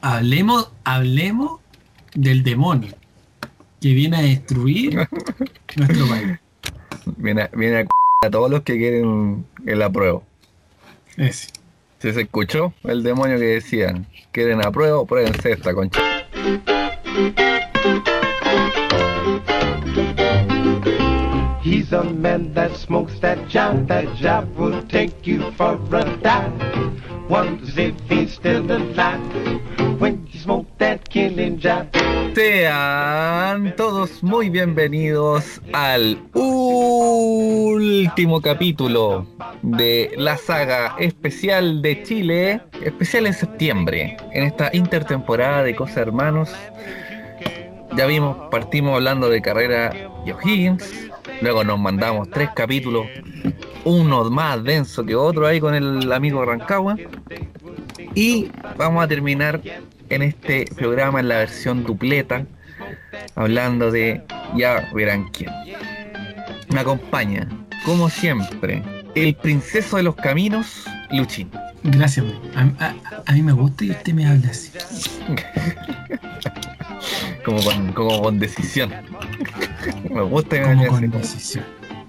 Hablemos del demonio que viene a destruir nuestro país. Viene a todos los que quieren el apruebo. Ese. Si se escuchó el demonio que decían, quieren apruebo, pruébense esta concha. He's a man that smokes that job will take you for a dive. Wonders if he's still alive when you smoke that killing job. Sean todos muy bienvenidos al último capítulo de la saga especial de Chile, especial en septiembre, en esta intertemporada de Cosa Hermanos. Ya partimos hablando de carrera y O'Higgins, luego nos mandamos 3 capítulos, uno más denso que otro ahí con el amigo Rancagua, y vamos a terminar en este programa en la versión dupleta, hablando de ya verán quién. Me acompaña, como siempre, el princeso de los caminos, Luchín. Gracias, güey. A mí me gusta y usted me habla así. como con decisión. Me gusta y me Como habla con así. decisión.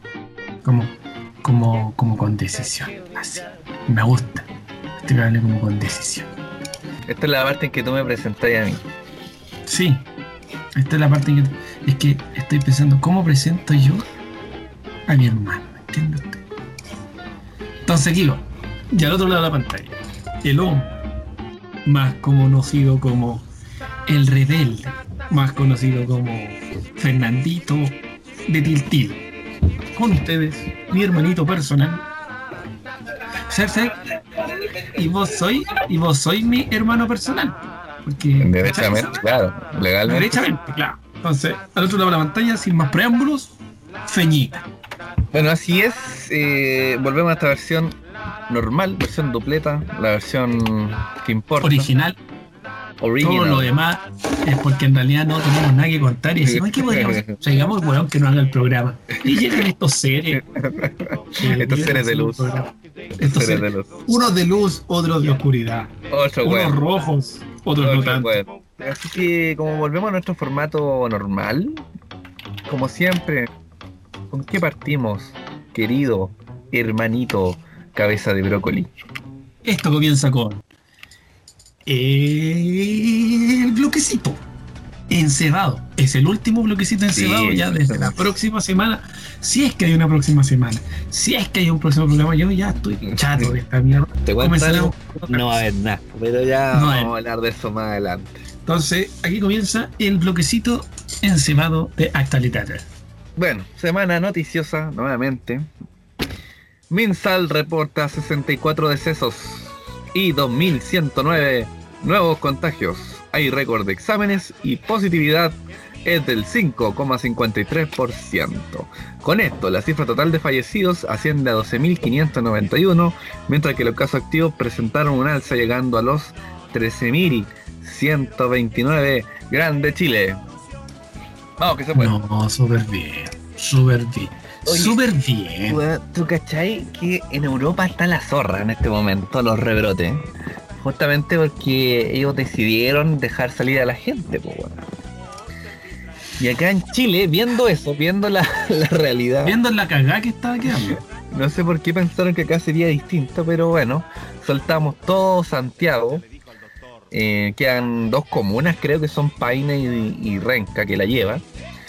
Como con decisión. Así. Me gusta. Usted me hable como con decisión. Esta es la parte en que tú me presentás a mí. Sí. Esta es la parte en que... Es que estoy pensando, ¿cómo presento yo a mi hermano? ¿Entiende usted? Entonces aquí va. Y al otro lado de la pantalla, el hombre más conocido como el rebelde, más conocido como Fernandito de Tiltil. Con ustedes, mi hermanito personal, Cersei, y vos sois mi hermano personal. Porque, Derechamente, claro, legalmente. Derechamente, claro. Entonces, al otro lado de la pantalla, sin más preámbulos, Feñita. Bueno, así es. Volvemos a esta versión normal, versión dupleta, la versión que importa. Original. Todo lo demás es porque en realidad no tenemos nada que contar y decimos, ¿qué podríamos hacer? Traigamos el weón que no haga el programa. Y llegan estos seres. Estos seres de luz. Estos seres de luz. Unos de luz, otros de oscuridad. Unos rojos, otros no tanto. Así que como volvemos a nuestro formato normal, como siempre, ¿con qué partimos, querido hermanito cabeza de brócoli? Esto comienza con el bloquecito encebado. Es el último bloquecito encebado, sí, ya desde la próxima semana. Si es que hay una próxima semana, si es que hay un próximo programa, yo ya estoy chato de esta mierda. Te cuento, no va a haber nada, pero ya no vamos a hablar de eso más adelante. Entonces, aquí comienza el bloquecito encebado de actualidades. Bueno, semana noticiosa nuevamente. Minsal reporta 64 decesos y 2.109 nuevos contagios. Hay récord de exámenes y positividad es del 5,53%. Con esto, la cifra total de fallecidos asciende a 12.591, mientras que los casos activos presentaron un alza llegando a los 13.129. Grande Chile. Vamos, que se puede. No, súper bien. Súper bien. Oye, súper bien. ¿Tú cachai que en Europa está la zorra en este momento, los rebrotes? Justamente porque ellos decidieron dejar salir a la gente, pues bueno. Y acá en Chile, viendo eso, viendo la realidad, viendo la cagada que estaba quedando, no sé por qué pensaron que acá sería distinto, pero bueno, soltamos todo Santiago. Quedan 2 comunas, creo que son Paine y Renca, que la llevan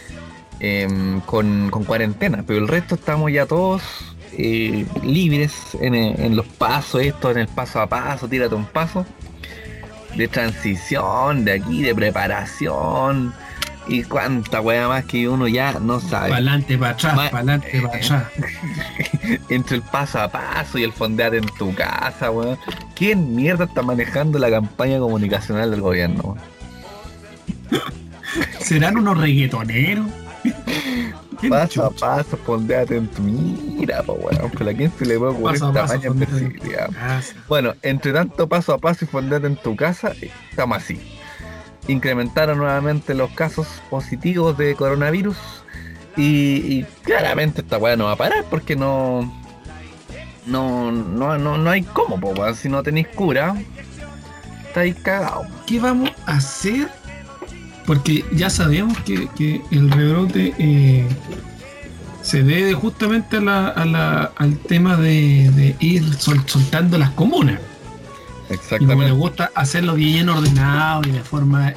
con cuarentena, pero el resto estamos ya todos libres en los pasos, en el paso a paso, tírate un paso de transición, de aquí, de preparación y cuánta wea más que uno ya no sabe. Pa'lante, para atrás, pa'lante, para atrás. Entre el paso a paso y el fondear en tu casa, weón. ¿Quién mierda está manejando la campaña comunicacional del gobierno? ¿Serán unos reggaetoneros? Paso a paso, fondeate en tu mira, po weón. ¿A quién se le puede ocurrir tamaña imbecilidad? Bueno, entre tanto paso a paso y fondeate en tu casa, estamos así. Incrementaron nuevamente los casos positivos de coronavirus y claramente esta weá no va a parar porque no hay cómo, po, si no tenéis cura, estáis cagados. ¿Qué vamos a hacer? Porque ya sabemos que el rebrote se debe justamente al tema de ir soltando las comunas. Y como Exactamente. le gusta hacerlo bien ordenado y de forma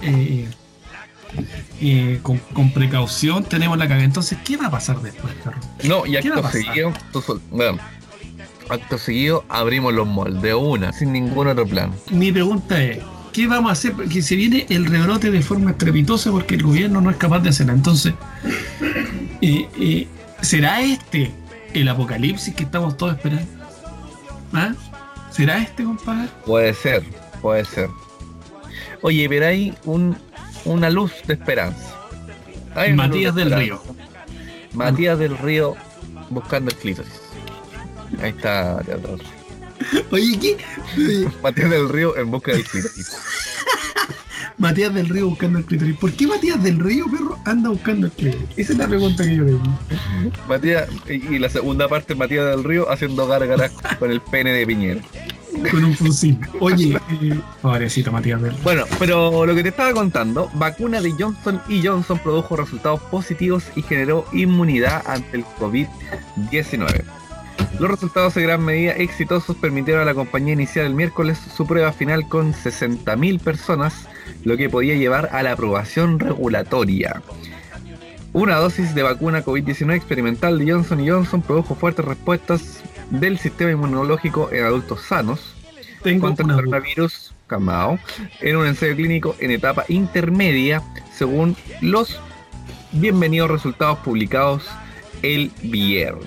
con precaución, tenemos la cagada. Entonces, ¿qué va a pasar después, perro? No, y ¿Qué va a acto pasar? seguido, bueno, acto seguido abrimos los malls de una, sin ningún otro plan. Mi pregunta es, ¿qué vamos a hacer? Porque se viene el rebrote de forma estrepitosa porque el gobierno no es capaz de hacerla. Entonces, ¿será este el apocalipsis que estamos todos esperando? ¿Ah? ¿Será este, compadre? Puede ser, puede ser. Oye, pero hay una luz de esperanza. Hay una Matías luz de del esperanza. Matías del Río buscando el clítoris. Ahí está, teatro. Oye, ¿qué? Matías del Río en busca del clítoris. Matías del Río buscando el clítoris. ¿Por qué Matías del Río, perro, anda buscando el clítoris? Esa es la pregunta que yo le hago. Matías, y la segunda parte, Matías del Río haciendo gárgaras con el pene de Piñera. Con un fusil. Oye, pobrecito Matías del Río. Bueno, pero lo que te estaba contando, vacuna de Johnson & Johnson produjo resultados positivos y generó inmunidad ante el COVID-19. Los resultados en gran medida exitosos permitieron a la compañía iniciar el miércoles su prueba final con 60.000 personas, lo que podía llevar a la aprobación regulatoria. Una dosis de vacuna COVID-19 experimental de Johnson & Johnson produjo fuertes respuestas del sistema inmunológico en adultos sanos Tengo contra una el duda. coronavirus calmado en un ensayo clínico en etapa intermedia, según los bienvenidos resultados publicados el viernes.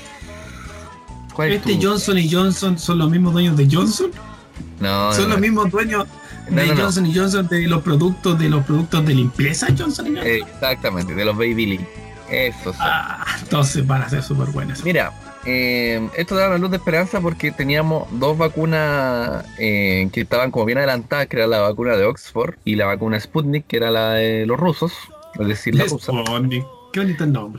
¿Cuál es ¿Este tu- Johnson y Johnson son los mismos dueños de Johnson? No, ¿Son no, los no. mismos dueños de No. Johnson y Johnson de los productos de limpieza Johnson y Johnson? Exactamente, de los Baby Lee. Eso sí. Entonces van a ser súper buenas. Mira, esto da una luz de esperanza porque teníamos dos vacunas que estaban como bien adelantadas, que era la vacuna de Oxford y la vacuna Sputnik, que era la de los rusos, es decir, la rusa. Sputnik. Qué bonito el nombre.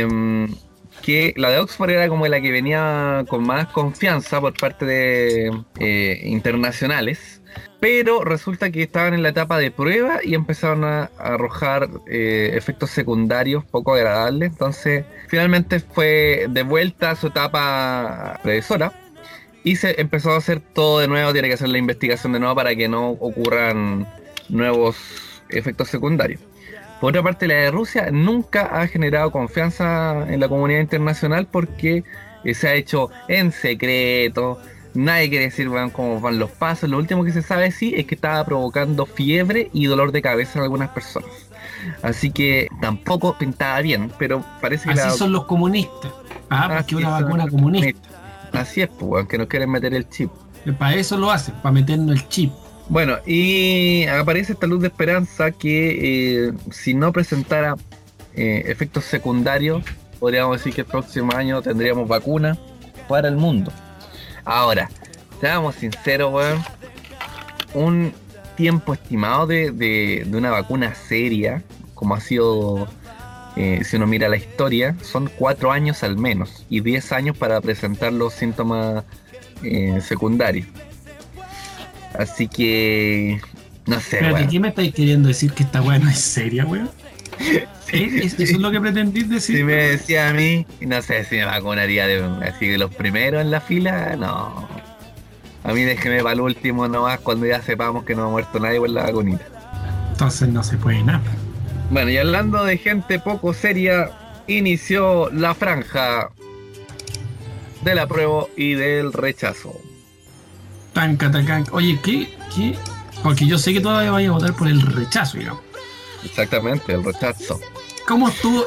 Que la de Oxford era como la que venía con más confianza por parte de internacionales, pero resulta que estaban en la etapa de prueba y empezaron a arrojar efectos secundarios poco agradables. Entonces finalmente fue de vuelta a su etapa previsora y se empezó a hacer todo de nuevo. Tiene que hacer la investigación de nuevo para que no ocurran nuevos efectos secundarios. Por otra parte, la de Rusia nunca ha generado confianza en la comunidad internacional porque se ha hecho en secreto. Nadie quiere decir cómo van los pasos. Lo último que se sabe sí es que estaba provocando fiebre y dolor de cabeza en algunas personas. Así que tampoco pintaba bien, pero parece que Así son los comunistas. Porque Así una son vacuna los comunista. Así es, pues, aunque nos quieren meter el chip. Para eso lo hacen, para meternos el chip. Bueno, y aparece esta luz de esperanza que si no presentara efectos secundarios, podríamos decir que el próximo año tendríamos vacuna para el mundo. Ahora, seamos sinceros, weón, un tiempo estimado de una vacuna seria, como ha sido, si uno mira la historia, son 4 años al menos, y 10 años para presentar los síntomas secundarios. Así que no sé, Espérate, weón. ¿qué me estáis queriendo decir que esta weá no es seria, weón? ¿Eso es lo que pretendís decir? Si me decía a mí, no sé si me vacunaría así de los primeros en la fila, no. A mí déjeme para el último nomás cuando ya sepamos que no ha muerto nadie por la vacunita. Entonces no se puede nada. Bueno, y hablando de gente poco seria, inició la franja del apruebo y del rechazo. Tanca. Oye, ¿qué? Porque yo sé que todavía vaya a votar por el rechazo, digamos. Exactamente, el rechazo. ¿Cómo estuvo?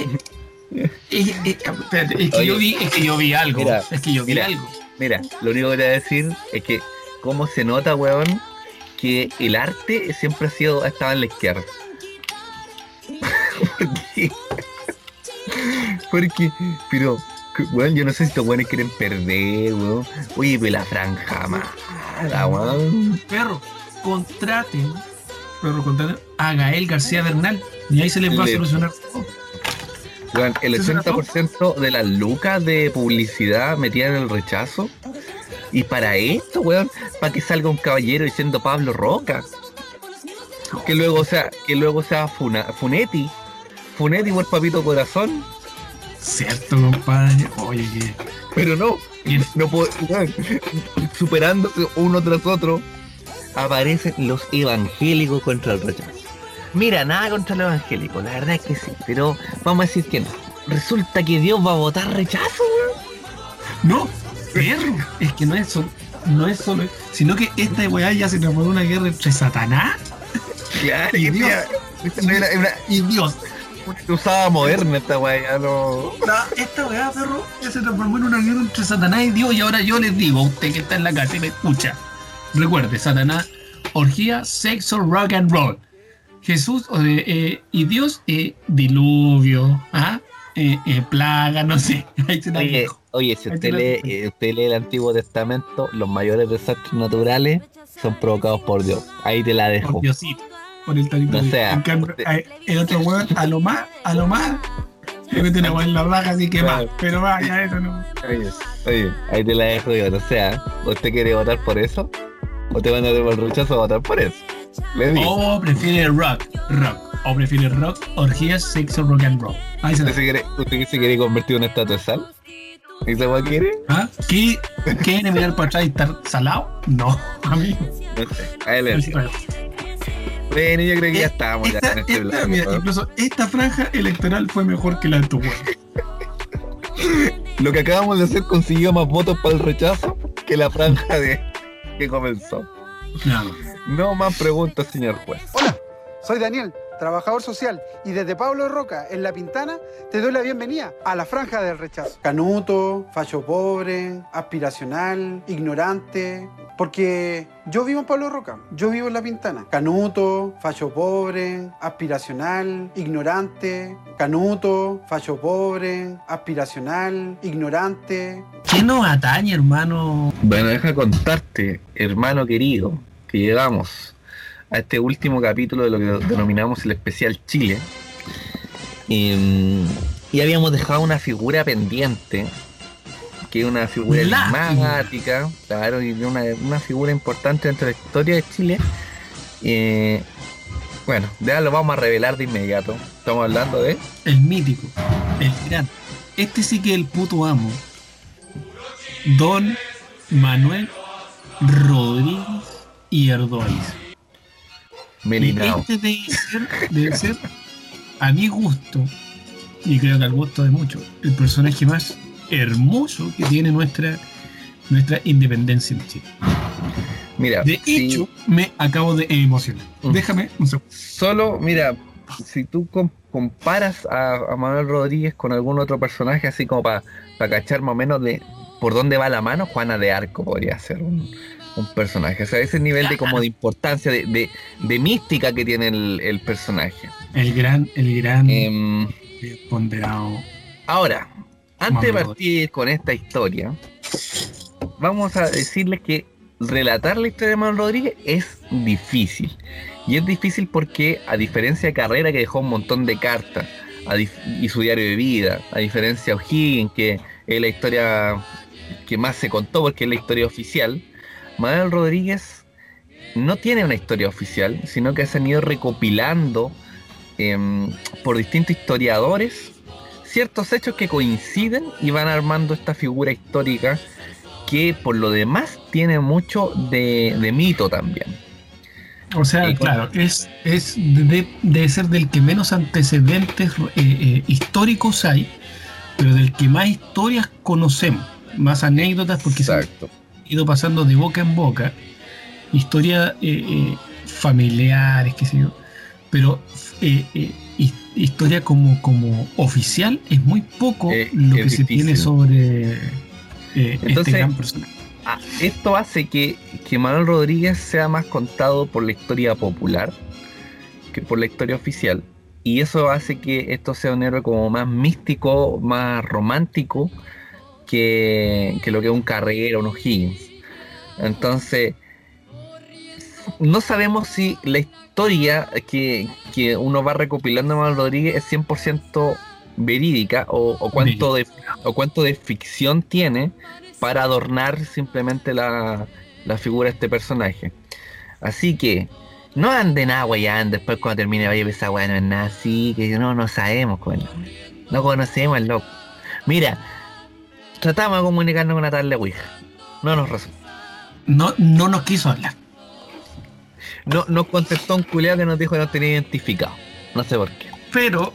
Espérate, es que yo vi algo. Mira, es que yo vi mira. algo. Mira, lo único que te voy a decir es que cómo se nota, weón, que el arte siempre estaba en la izquierda. Pero, weón, yo no sé si estos weones quieren perder, weón. Oye, pero la franja mala, weón. Perro, contraten a Gael García Bernal y ahí se les va a Le- solucionar todo. Weón, el ¿Se 80% de las lucas de publicidad metidas en el rechazo Y para esto, weón, para que salga un caballero diciendo Pablo Roca. Que luego sea Funetti por Papito Corazón. Cierto, compadre. Oye, Pero no puedo, weón, superándose uno tras otro, aparecen los evangélicos contra el rechazo. Mira, nada contra los evangélicos, la verdad es que sí, pero vamos a decir que no. Resulta que Dios va a votar rechazo, weón. no, perro. Es que no es solo, sino que esta weá ya se transformó en una guerra entre Satanás Claro, y Dios. Y Dios. Usada moderna esta weá, ya no. Esta weá, perro, ya se transformó en una guerra entre Satanás y Dios. Y ahora yo les digo a usted que está en la casa y me escucha. Recuerde, Satanás, orgía, sexo, rock and roll. Jesús y Dios, diluvio, plaga, no sé. Ahí se la dijo. Oye, si usted lee el Antiguo Testamento, los mayores desastres naturales son provocados por Dios. Ahí te la dejo. Por Diosito, por el territorio. No sea, en cambio, el otro weón, a lo más, le mete una weá en la raja, así que más. Pero vaya, eso no. Oye, ahí te la dejo yo. O sea, ¿usted quiere votar por eso? ¿O te van a dar por el rechazo a votar por eso? Le digo. O prefiere rock. O prefiere rock, orgías, sexo, rock and roll. Ahí se la. ¿Usted se quiere convertir en una estatua de sal? ¿Y esa weá quiere? ¿Quiere mirar para atrás y estar salado? No, a mí. No sé, ahí le digo. Bueno, yo creo que ya estábamos ya en este blanco. Mira, incluso esta franja electoral fue mejor que la de tu weón. Lo que acabamos de hacer consiguió más votos para el rechazo que la franja que comenzó. No más preguntas, señor juez. Hola, soy Daniel, trabajador social, y desde Pablo Roca, en La Pintana, te doy la bienvenida a la franja del rechazo. Canuto, facho pobre, aspiracional, ignorante, porque yo vivo en Pablo Roca, yo vivo en La Pintana. Canuto, facho pobre, aspiracional, ignorante, canuto, facho pobre, aspiracional, ignorante. ¿Qué nos atañe, hermano? Bueno, deja contarte, hermano querido, que llegamos a este último capítulo de lo que denominamos el especial Chile. Y habíamos dejado una figura pendiente, que es una figura enigmática, claro, y una figura importante dentro de la historia de Chile. Bueno, ya lo vamos a revelar de inmediato. Estamos hablando de... El mítico, el gran. Este sí que es el puto amo. Don Manuel Rodríguez y Ardoiz. Melinao. Y este debe ser, a mi gusto, y creo que al gusto de muchos, el personaje más hermoso que tiene nuestra independencia en Chile. Mira, de hecho, me acabo de emocionar. Déjame un segundo. Solo, mira, si tú comparas a Manuel Rodríguez con algún otro personaje, así como para cachar más o menos de por dónde va la mano, Juana de Arco podría ser un personaje. O sea, ese nivel de como de importancia, de mística que tiene el personaje. El gran ponderado. Ahora, antes de partir con esta historia, vamos a decirles que relatar la historia de Manuel Rodríguez es difícil. Y es difícil porque, a diferencia de Carrera, que dejó un montón de cartas, y su diario de vida, a diferencia de O'Higgins, que es la historia que más se contó porque es la historia oficial, Manuel Rodríguez no tiene una historia oficial, sino que se han ido recopilando por distintos historiadores ciertos hechos que coinciden y van armando esta figura histórica que por lo demás tiene mucho de mito también. O sea, claro, debe ser del que menos antecedentes históricos hay, pero del que más historias conocemos, más anécdotas, porque exacto, se han ido pasando de boca en boca, historias familiares, qué sé yo, pero historia como oficial es muy poco lo que se tiene sobre entonces, este gran personaje. Esto hace que Manuel Rodríguez sea más contado por la historia popular que por la historia oficial, y eso hace que esto sea un héroe como más místico, más romántico que lo que es un Carrera o un O'Higgins. Entonces no sabemos si la historia que uno va recopilando de Manuel Rodríguez es 100% verídica o cuánto de ficción tiene, para adornar simplemente la figura de este personaje. Así que no anden weón después cuando termine vaya esa weá no es nada así, que no sabemos, no conocemos al loco. Mira, tratamos de comunicarnos con la tabla Ouija, no nos resultó. No nos quiso hablar. No, nos contestó un culiao que nos dijo que no tenía identificado. No sé por qué. Pero,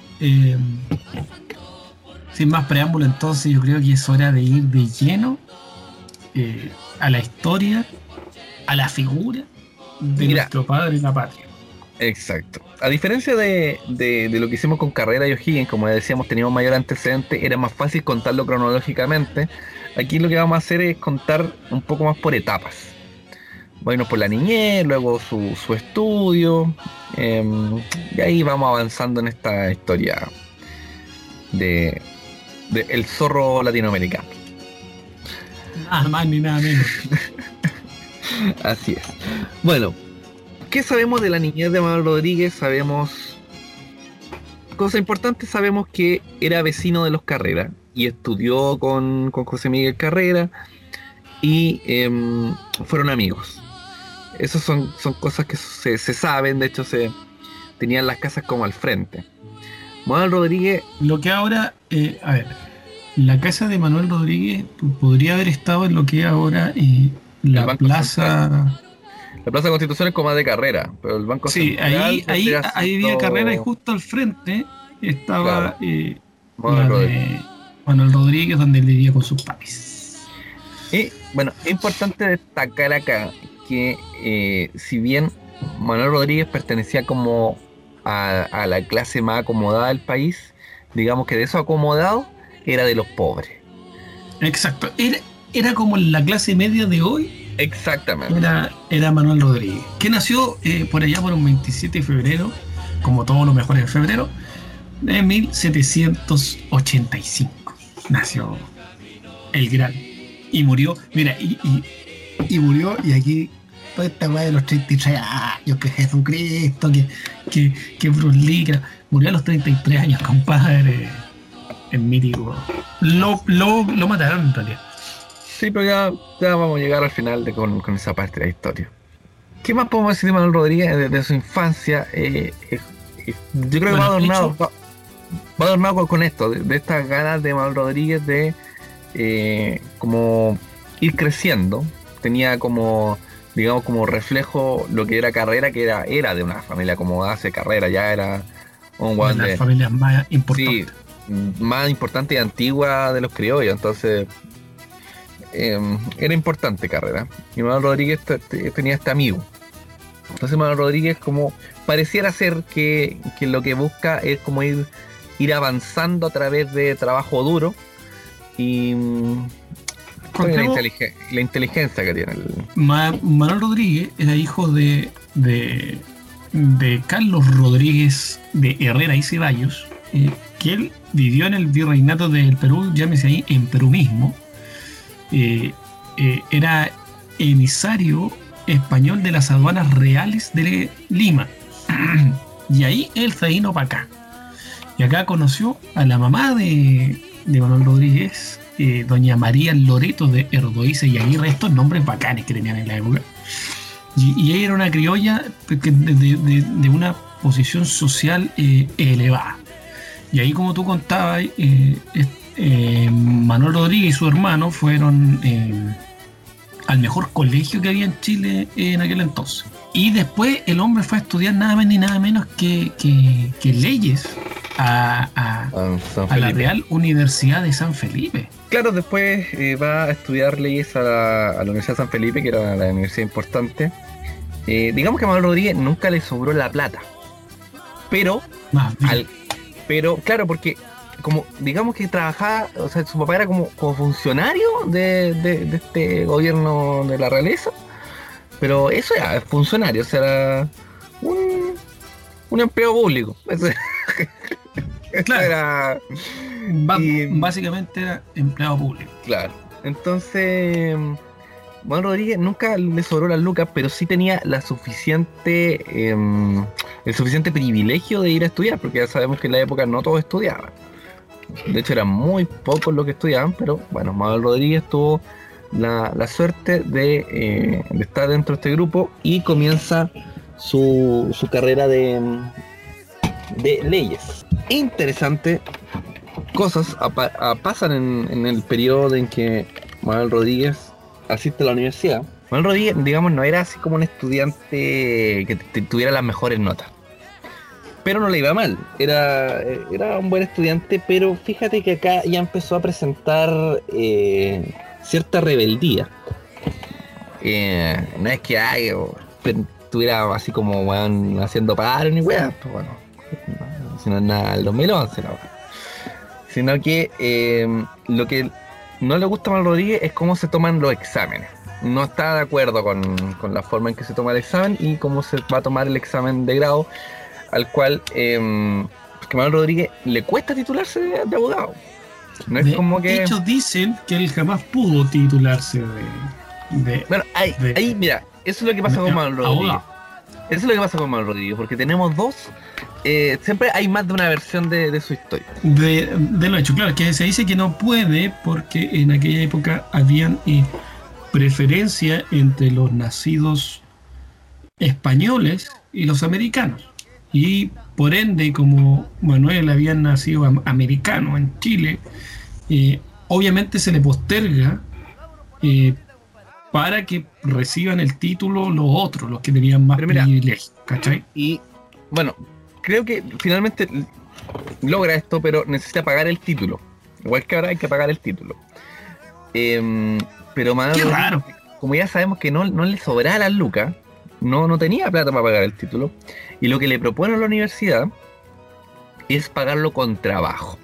sin más preámbulo, entonces yo creo que es hora de ir de lleno a la historia, a la figura de nuestro padre y la patria. Exacto. A diferencia de lo que hicimos con Carrera y O'Higgins, como decíamos, teníamos mayor antecedente, era más fácil contarlo cronológicamente. Aquí lo que vamos a hacer es contar un poco más por etapas. Bueno, por la niñez, luego su estudio, y ahí vamos avanzando en esta historia de el zorro latinoamericano. Nada más ni nada menos. Así es. Bueno, ¿qué sabemos de la niñez de Manuel Rodríguez? Sabemos cosas importantes. Sabemos que era vecino de los Carrera y estudió con José Miguel Carrera y fueron amigos. Esas son cosas que se saben. De hecho, se tenían las casas como al frente. Manuel Rodríguez... Lo que ahora... a ver, la casa de Manuel Rodríguez podría haber estado en lo que ahora la plaza... Central. La Plaza Constitución es como más de Carrera, pero el Banco Central... Sí, ahí vivía Carrera y justo al frente estaba Manuel Rodríguez, donde él vivía con sus papis. Y bueno, es importante destacar acá que si bien Manuel Rodríguez pertenecía como a la clase más acomodada del país, digamos que de esos acomodados era de los pobres. Exacto, era como la clase media de hoy. Exactamente. Era Manuel Rodríguez, que nació por allá por un 27 de febrero, como todos los mejores de febrero, de 1785. Nació el gran. Y murió, mira, y murió, y aquí toda esta weá de los 33 años, que Jesucristo, que Bruce Lee, murió a los 33 años, compadre. El mítico. Lo mataron en realidad. Sí, pero ya vamos a llegar al final con esa parte de la historia. ¿Qué más podemos decir de Manuel Rodríguez desde su infancia? Yo creo que va adornado con esto, de estas ganas de Manuel Rodríguez de como ir creciendo. Tenía como, digamos, como reflejo lo que era Carrera, que era de una familia acomodada. Carrera ya era un guan de las familias más importantes. Sí, más importante y antigua de los criollos. Entonces era importante Carrera, y Manuel Rodríguez tenía este amigo. Entonces Manuel Rodríguez como pareciera ser que lo que busca es como ir avanzando a través de trabajo duro y la inteligencia que tiene Manuel Rodríguez era hijo de Carlos Rodríguez de Herrera y Ceballos, que él vivió en el virreinato del Perú, llámese ahí en Perú mismo. Era emisario español de las aduanas reales de Lima. Y ahí él se vino para acá. Y acá conoció a la mamá de Manuel Rodríguez, doña María Loreto de Erdoiza y Aguirre, estos nombres bacanes que tenían en la época. Y ella era una criolla de una posición social elevada. Y ahí, como tú contabas, Manuel Rodríguez y su hermano fueron al mejor colegio que había en Chile en aquel entonces. Y después el hombre fue a estudiar nada más ni nada menos que leyes a la Real Universidad de San Felipe. Claro, después va a estudiar leyes a la Universidad de San Felipe, que era la universidad importante. Digamos que a Manuel Rodríguez nunca le sobró la plata. Pero claro, porque como digamos que trabajaba, o sea, su papá era como funcionario de este gobierno de la realeza, pero eso era funcionario, o sea, era un empleo público. Claro. Era, básicamente era empleado público. Claro. Entonces, Manuel Rodríguez nunca le sobró las lucas, pero sí tenía el suficiente privilegio de ir a estudiar, porque ya sabemos que en la época no todos estudiaban. De hecho, eran muy pocos los que estudiaban, pero bueno, Manuel Rodríguez tuvo la suerte de estar dentro de este grupo y comienza su carrera de leyes. Interesante cosas pasan en el periodo en que Manuel Rodríguez asiste a la universidad. Manuel Rodríguez, digamos, no era así como un estudiante que tuviera las mejores notas, pero no le iba mal, era un buen estudiante, pero fíjate que acá ya empezó a presentar cierta rebeldía. No es que estuviera así como weón haciendo paro ni weón, pues bueno, sino nada del 2011, la verdad. Sino que lo que no le gusta a Manuel Rodríguez es cómo se toman los exámenes. No está de acuerdo con la forma en que se toma el examen y cómo se va a tomar el examen de grado, al cual que Manuel Rodríguez le cuesta titularse de abogado. No es como que... De hecho, dicen que él jamás pudo titularse de bueno, ahí mira, eso es lo que pasa con Manuel Rodríguez. abogado. Eso es lo que pasa con Manuel Rodríguez, porque tenemos dos... siempre hay más de una versión de su historia. De lo hecho, claro, que se dice que no puede porque en aquella época habían preferencia entre los nacidos españoles y los americanos. Y por ende, como Manuel había nacido americano en Chile, obviamente se le posterga para que reciban el título los otros, los que tenían más privilegios, ¿cachai? Y bueno, creo que finalmente logra esto, pero necesita pagar el título. Igual que ahora hay que pagar el título. Pero Manuel, qué raro. Como ya sabemos que no le sobraba las lucas, no tenía plata para pagar el título, y lo que le propone a la universidad es pagarlo con trabajo.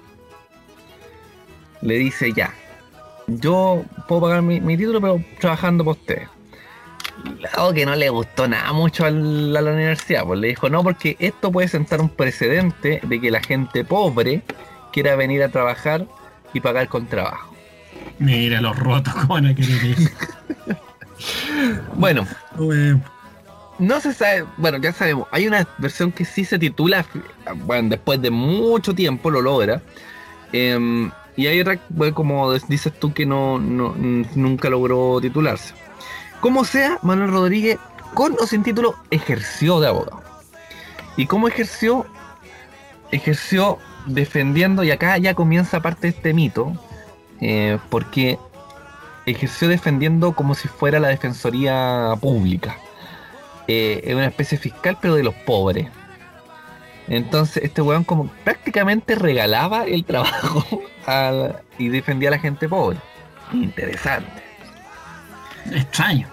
Le dice, ya, yo puedo pagar mi título, pero trabajando para ustedes. Algo que no le gustó nada mucho a la universidad, pues le dijo, no, porque esto puede sentar un precedente de que la gente pobre quiera venir a trabajar y pagar con trabajo. Mira los rotos, ¿cómo van a querer eso? Bueno, no se sabe, bueno, ya sabemos, hay una versión que sí se titula, bueno, después de mucho tiempo lo logra, y hay otra, bueno, como dices tú, que nunca logró titularse. Como sea, Manuel Rodríguez, con o sin título, ejerció de abogado. ¿Y cómo ejerció? Ejerció defendiendo, y acá ya comienza parte de este mito, porque ejerció defendiendo como si fuera la defensoría pública. Es una especie fiscal, pero de los pobres. Entonces este weón como prácticamente regalaba el trabajo y defendía a la gente pobre. Interesante. Extraño.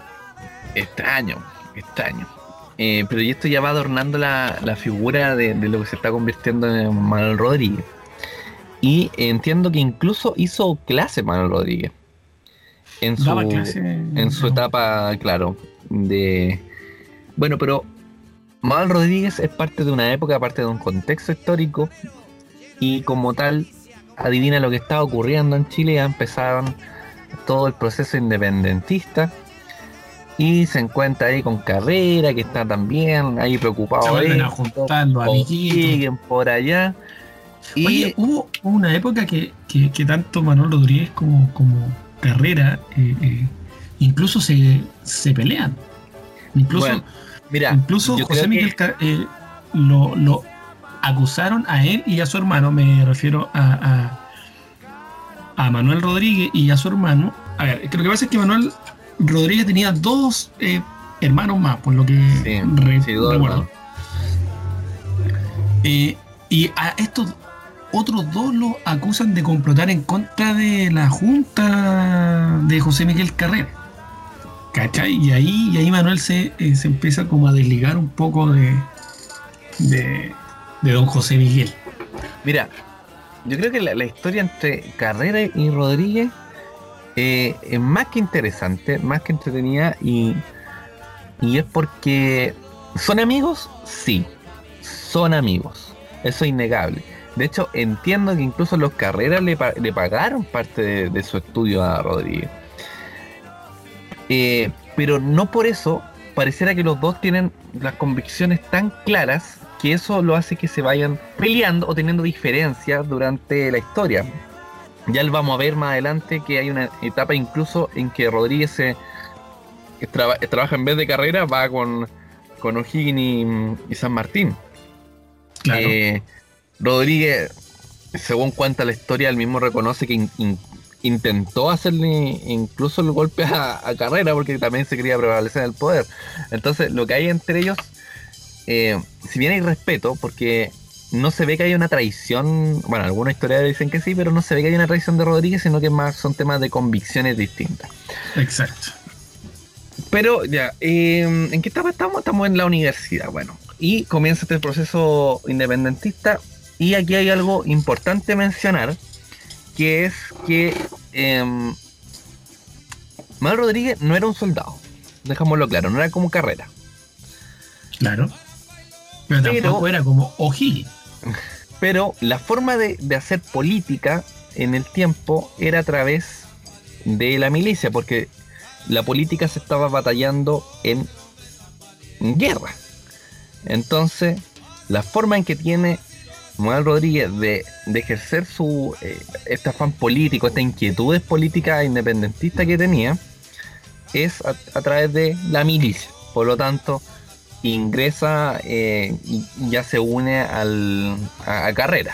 Pero y esto ya va adornando la figura de lo que se está convirtiendo en Manuel Rodríguez. Y entiendo que incluso hizo clase Manuel Rodríguez en su etapa, claro, bueno, pero Manuel Rodríguez es parte de una época, parte de un contexto histórico, y como tal adivina lo que estaba ocurriendo en Chile. Ya empezaron todo el proceso independentista y se encuentra ahí con Carrera, que está también ahí preocupado. Se vuelven a juntar los amiguitos. Siguen por allá. Oye, hubo una época que tanto Manuel Rodríguez como Carrera incluso se pelean. Bueno, mira, incluso José Miguel lo acusaron a él y a su hermano. Me refiero a Manuel Rodríguez y a su hermano. A ver, lo que pasa es que Manuel Rodríguez tenía dos hermanos más, por lo que recuerdo. Y a estos otros dos los acusan de complotar en contra de la junta de José Miguel Carrera, ¿cachai? Y ahí Manuel se empieza como a desligar un poco de don José Miguel. Mira, yo creo que la historia entre Carrera y Rodríguez es más que interesante, más que entretenida, y es porque ¿son amigos? Sí, son amigos, eso es innegable. De hecho, entiendo que incluso los Carreras le pagaron parte de su estudio a Rodríguez. Pero no por eso pareciera que los dos tienen las convicciones tan claras que eso lo hace que se vayan peleando o teniendo diferencias durante la historia. Ya lo vamos a ver más adelante que hay una etapa incluso en que Rodríguez trabaja en vez de Carrera, va con O'Higgins y San Martín. Claro. Rodríguez, según cuenta la historia, él mismo reconoce que intentó hacerle incluso el golpe a Carrera porque también se quería prevalecer en el poder. Entonces, lo que hay entre ellos, si bien hay respeto, porque no se ve que haya una traición, bueno, algunos historiadores dicen que sí, pero no se ve que haya una traición de Rodríguez, sino que más son temas de convicciones distintas. Exacto. Pero ya, ¿en qué etapa estamos? Estamos en la universidad, bueno, y comienza este proceso independentista, y aquí hay algo importante mencionar, que es que Manuel Rodríguez no era un soldado, dejámoslo claro, no era como Carrera. Claro. Pero tampoco era como O'Higgins. Pero la forma de hacer política en el tiempo era a través de la milicia, porque la política se estaba batallando en guerra. Entonces, la forma en que tiene Manuel Rodríguez de ejercer su este afán político, esta inquietudes políticas independentistas que tenía, es a través de la milicia. Por lo tanto, ingresa y ya se une a Carrera.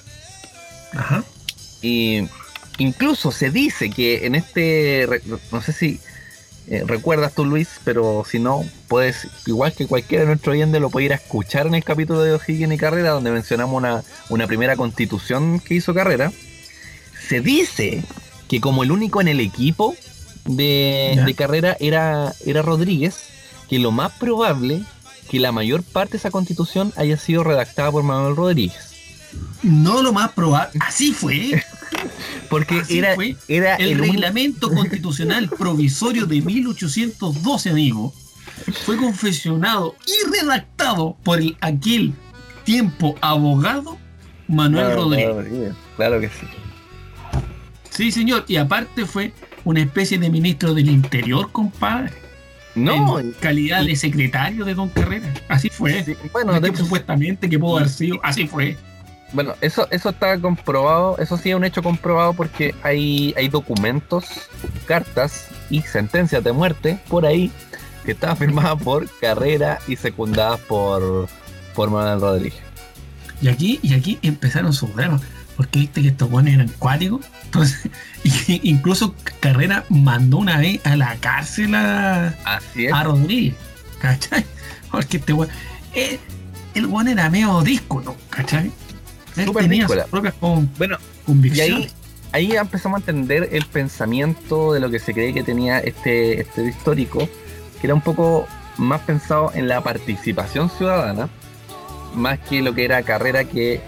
Ajá. Y incluso se dice que en este, no sé si recuerdas tú, Luis, pero si no, puedes, igual que cualquiera de nuestros oyentes, lo puede ir a escuchar en el capítulo de O'Higgins y Carrera, donde mencionamos una primera constitución que hizo Carrera. Se dice que como el único en el equipo de Carrera era Rodríguez, que lo más probable que la mayor parte de esa constitución haya sido redactada por Manuel Rodríguez. No lo más probable, así fue. Porque así era el reglamento constitucional provisorio de 1812, amigo, fue confeccionado y redactado por aquel tiempo abogado Manuel Rodríguez. Claro que sí. Sí, señor, y aparte fue una especie de ministro del Interior, compadre. No, en calidad de secretario de Don Carrera. Así fue. Sí, bueno, de hecho, supuestamente que pudo haber sido. Así fue. Bueno, eso está comprobado. Eso sí es un hecho comprobado porque hay documentos, cartas y sentencias de muerte por ahí que estaban firmadas por Carrera y secundadas por Manuel Rodríguez. Y aquí empezaron sus dramas. Porque viste que estos buenos eran cuáticos. Entonces, incluso Carrera mandó una vez a la cárcel a Rodríguez. ¿Cachai? Porque este weón, el weón era medio díscolo, ¿cachai? Él tenía sus propias convicciones. Y ahí empezamos a entender el pensamiento de lo que se cree que tenía este histórico, que era un poco más pensado en la participación ciudadana, más que lo que era Carrera, que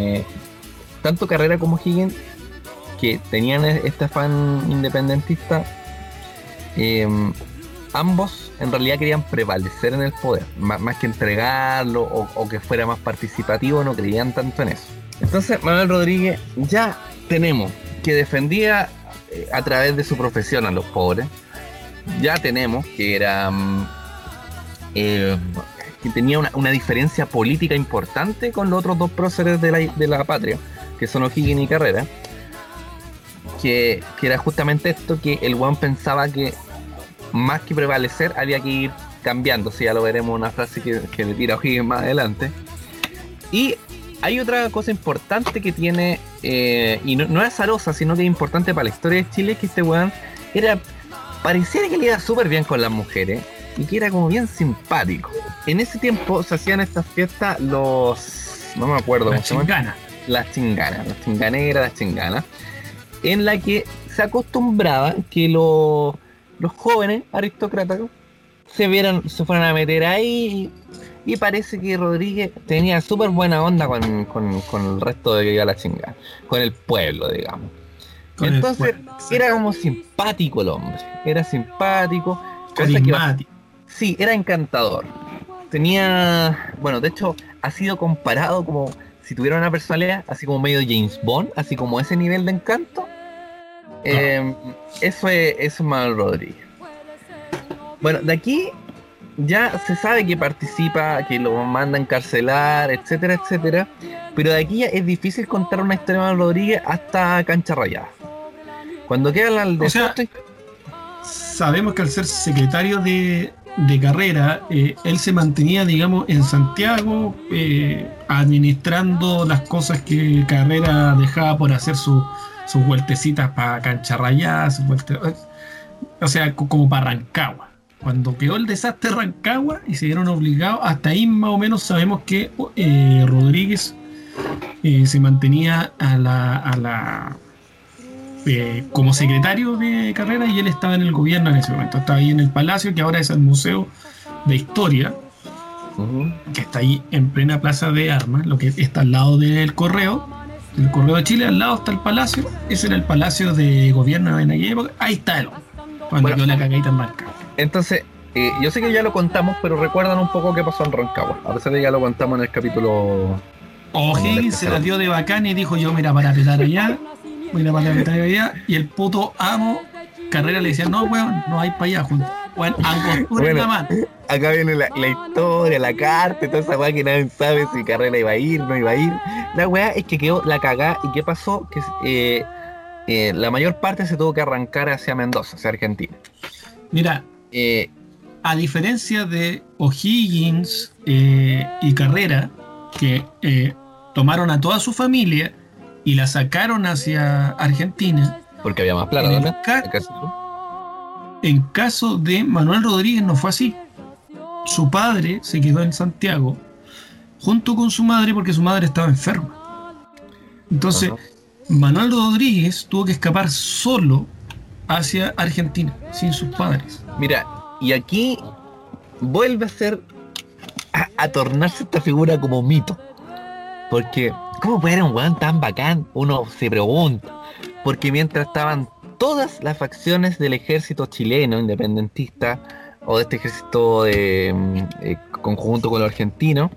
tanto Carrera como Higgins, que tenían este afán independentista, ambos en realidad querían prevalecer en el poder, más que entregarlo o que fuera más participativo, no creían tanto en eso. Entonces Manuel Rodríguez ya tenemos que defendía a través de su profesión a los pobres, ya tenemos que era que tenía una diferencia política importante con los otros dos próceres de la patria, que son O'Higgins y Carrera, que era justamente esto, que el weón pensaba que más que prevalecer había que ir cambiando. Si ya lo veremos, una frase que le tira O'Higgins más adelante. Y hay otra cosa importante que tiene, y no es azarosa, sino que es importante para la historia de Chile, que este weón pareciera que le iba súper bien con las mujeres y que era como bien simpático. En ese tiempo se hacían estas fiestas no me acuerdo cómo se llaman. Las chinganeras, las chinganas, en la que se acostumbraba que los jóvenes aristócratas se fueran a meter ahí, y parece que Rodríguez tenía súper buena onda con el resto de que iba a la chingana, con el pueblo, digamos. Entonces era como simpático el hombre, era simpático, carismático. Sí, era encantador. Tenía, bueno, de hecho ha sido comparado como si tuviera una personalidad así como medio James Bond, así como ese nivel de encanto. Eso es Manuel Rodríguez. Bueno, de aquí ya se sabe que participa, que lo manda a encarcelar, etcétera, etcétera. Pero de aquí ya es difícil contar una historia de Manuel Rodríguez hasta Cancha Rayada. Cuando queda el O sea, desastre, sabemos que al ser secretario de carrera, él se mantenía, digamos, en Santiago, administrando las cosas que Carrera dejaba por hacer sus vueltecitas para Cancha Rayada, o sea, como para Rancagua. Cuando quedó el desastre de Rancagua y se vieron obligados, hasta ahí más o menos sabemos que Rodríguez se mantenía como secretario de carrera, y él estaba en el gobierno en ese momento. Estaba ahí en el Palacio, que ahora es el Museo de Historia, que está ahí en plena Plaza de Armas, lo que está al lado del Correo de Chile. Al lado está el Palacio. Ese era el Palacio de Gobierno en aquella época. Ahí está él, cuando quedó la cagadita en Rancagua. entonces, yo sé que ya lo contamos, pero recuerdan un poco qué pasó en Rancagua, a pesar de que ya lo contamos en el capítulo. O'Higgins se la dio de bacán y dijo: yo mira, para pelar allá, voy a pelar allá. Y el puto amo Carrera le decía: no, weón, no hay para allá juntos. Weón, angostura en la mano. Acá viene la historia, la carta y toda esa weá que nadie sabe si Carrera iba a ir, no iba a ir. La weá es que quedó la cagá. ¿Y qué pasó? Que la mayor parte se tuvo que arrancar hacia Mendoza, hacia Argentina. Mira, a diferencia de O'Higgins y Carrera, que tomaron a toda su familia y la sacaron hacia Argentina, Porque había más plata, en ¿verdad? en caso de Manuel Rodríguez no fue así. Su padre se quedó en Santiago junto con su madre porque su madre estaba enferma. Entonces, Manuel Rodríguez tuvo que escapar solo hacia Argentina, sin sus padres. Mira, y aquí vuelve a tornarse esta figura como mito. Porque, ¿cómo puede ser un weón tan bacán? Uno se pregunta. Porque mientras estaban todas las facciones del ejército chileno independentista, o de este ejército de conjunto con los argentinos,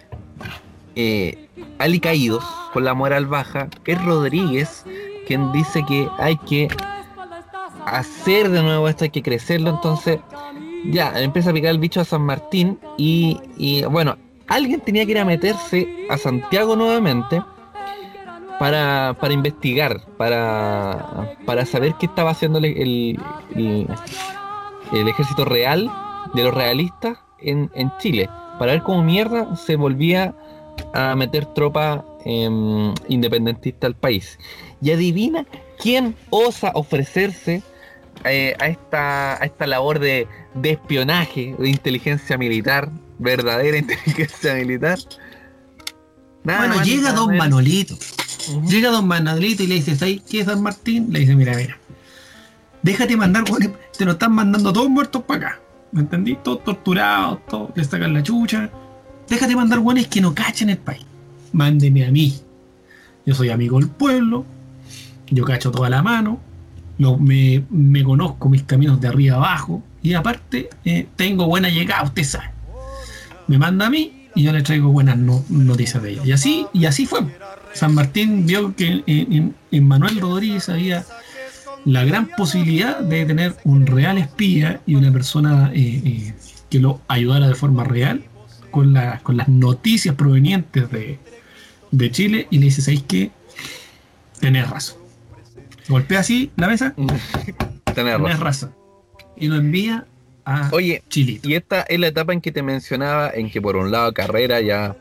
alicaídos, con la moral baja, es Rodríguez quien dice que hay que hacer de nuevo esto, hay que crecerlo. Entonces ya empieza a picar el bicho a San Martín y bueno, alguien tenía que ir a meterse a Santiago nuevamente para investigar, para saber qué estaba haciendo el ejército real de los realistas en Chile, para ver cómo mierda se volvía a meter tropa independentista al país. Y adivina quién osa ofrecerse a esta labor de espionaje, de inteligencia militar, verdadera inteligencia militar. Bueno, llega don Manolito. Llega don Manolito y le dice: ¿sabes qué es San Martín? Le dice: mira, déjate mandar, weón, te lo están mandando todos muertos para acá. ¿Me entendí? Todos torturados, todos le sacan la chucha. Déjate mandar, weones que no cachen el país. Mándeme a mí. Yo soy amigo del pueblo. Yo cacho toda la mano. Me conozco mis caminos de arriba abajo. Y aparte, tengo buena llegada, usted sabe. Me manda a mí y yo le traigo buenas noticias de ella. Y así fue. San Martín vio que en Manuel Rodríguez había la gran posibilidad de tener un real espía y una persona que lo ayudara de forma real con las noticias provenientes de Chile, y le dice: ¿sabéis qué? Tenés razón. Golpea así la mesa. Tenés razón. Y lo envía a Chile. Y esta es la etapa en que te mencionaba, en que por un lado Carrera ya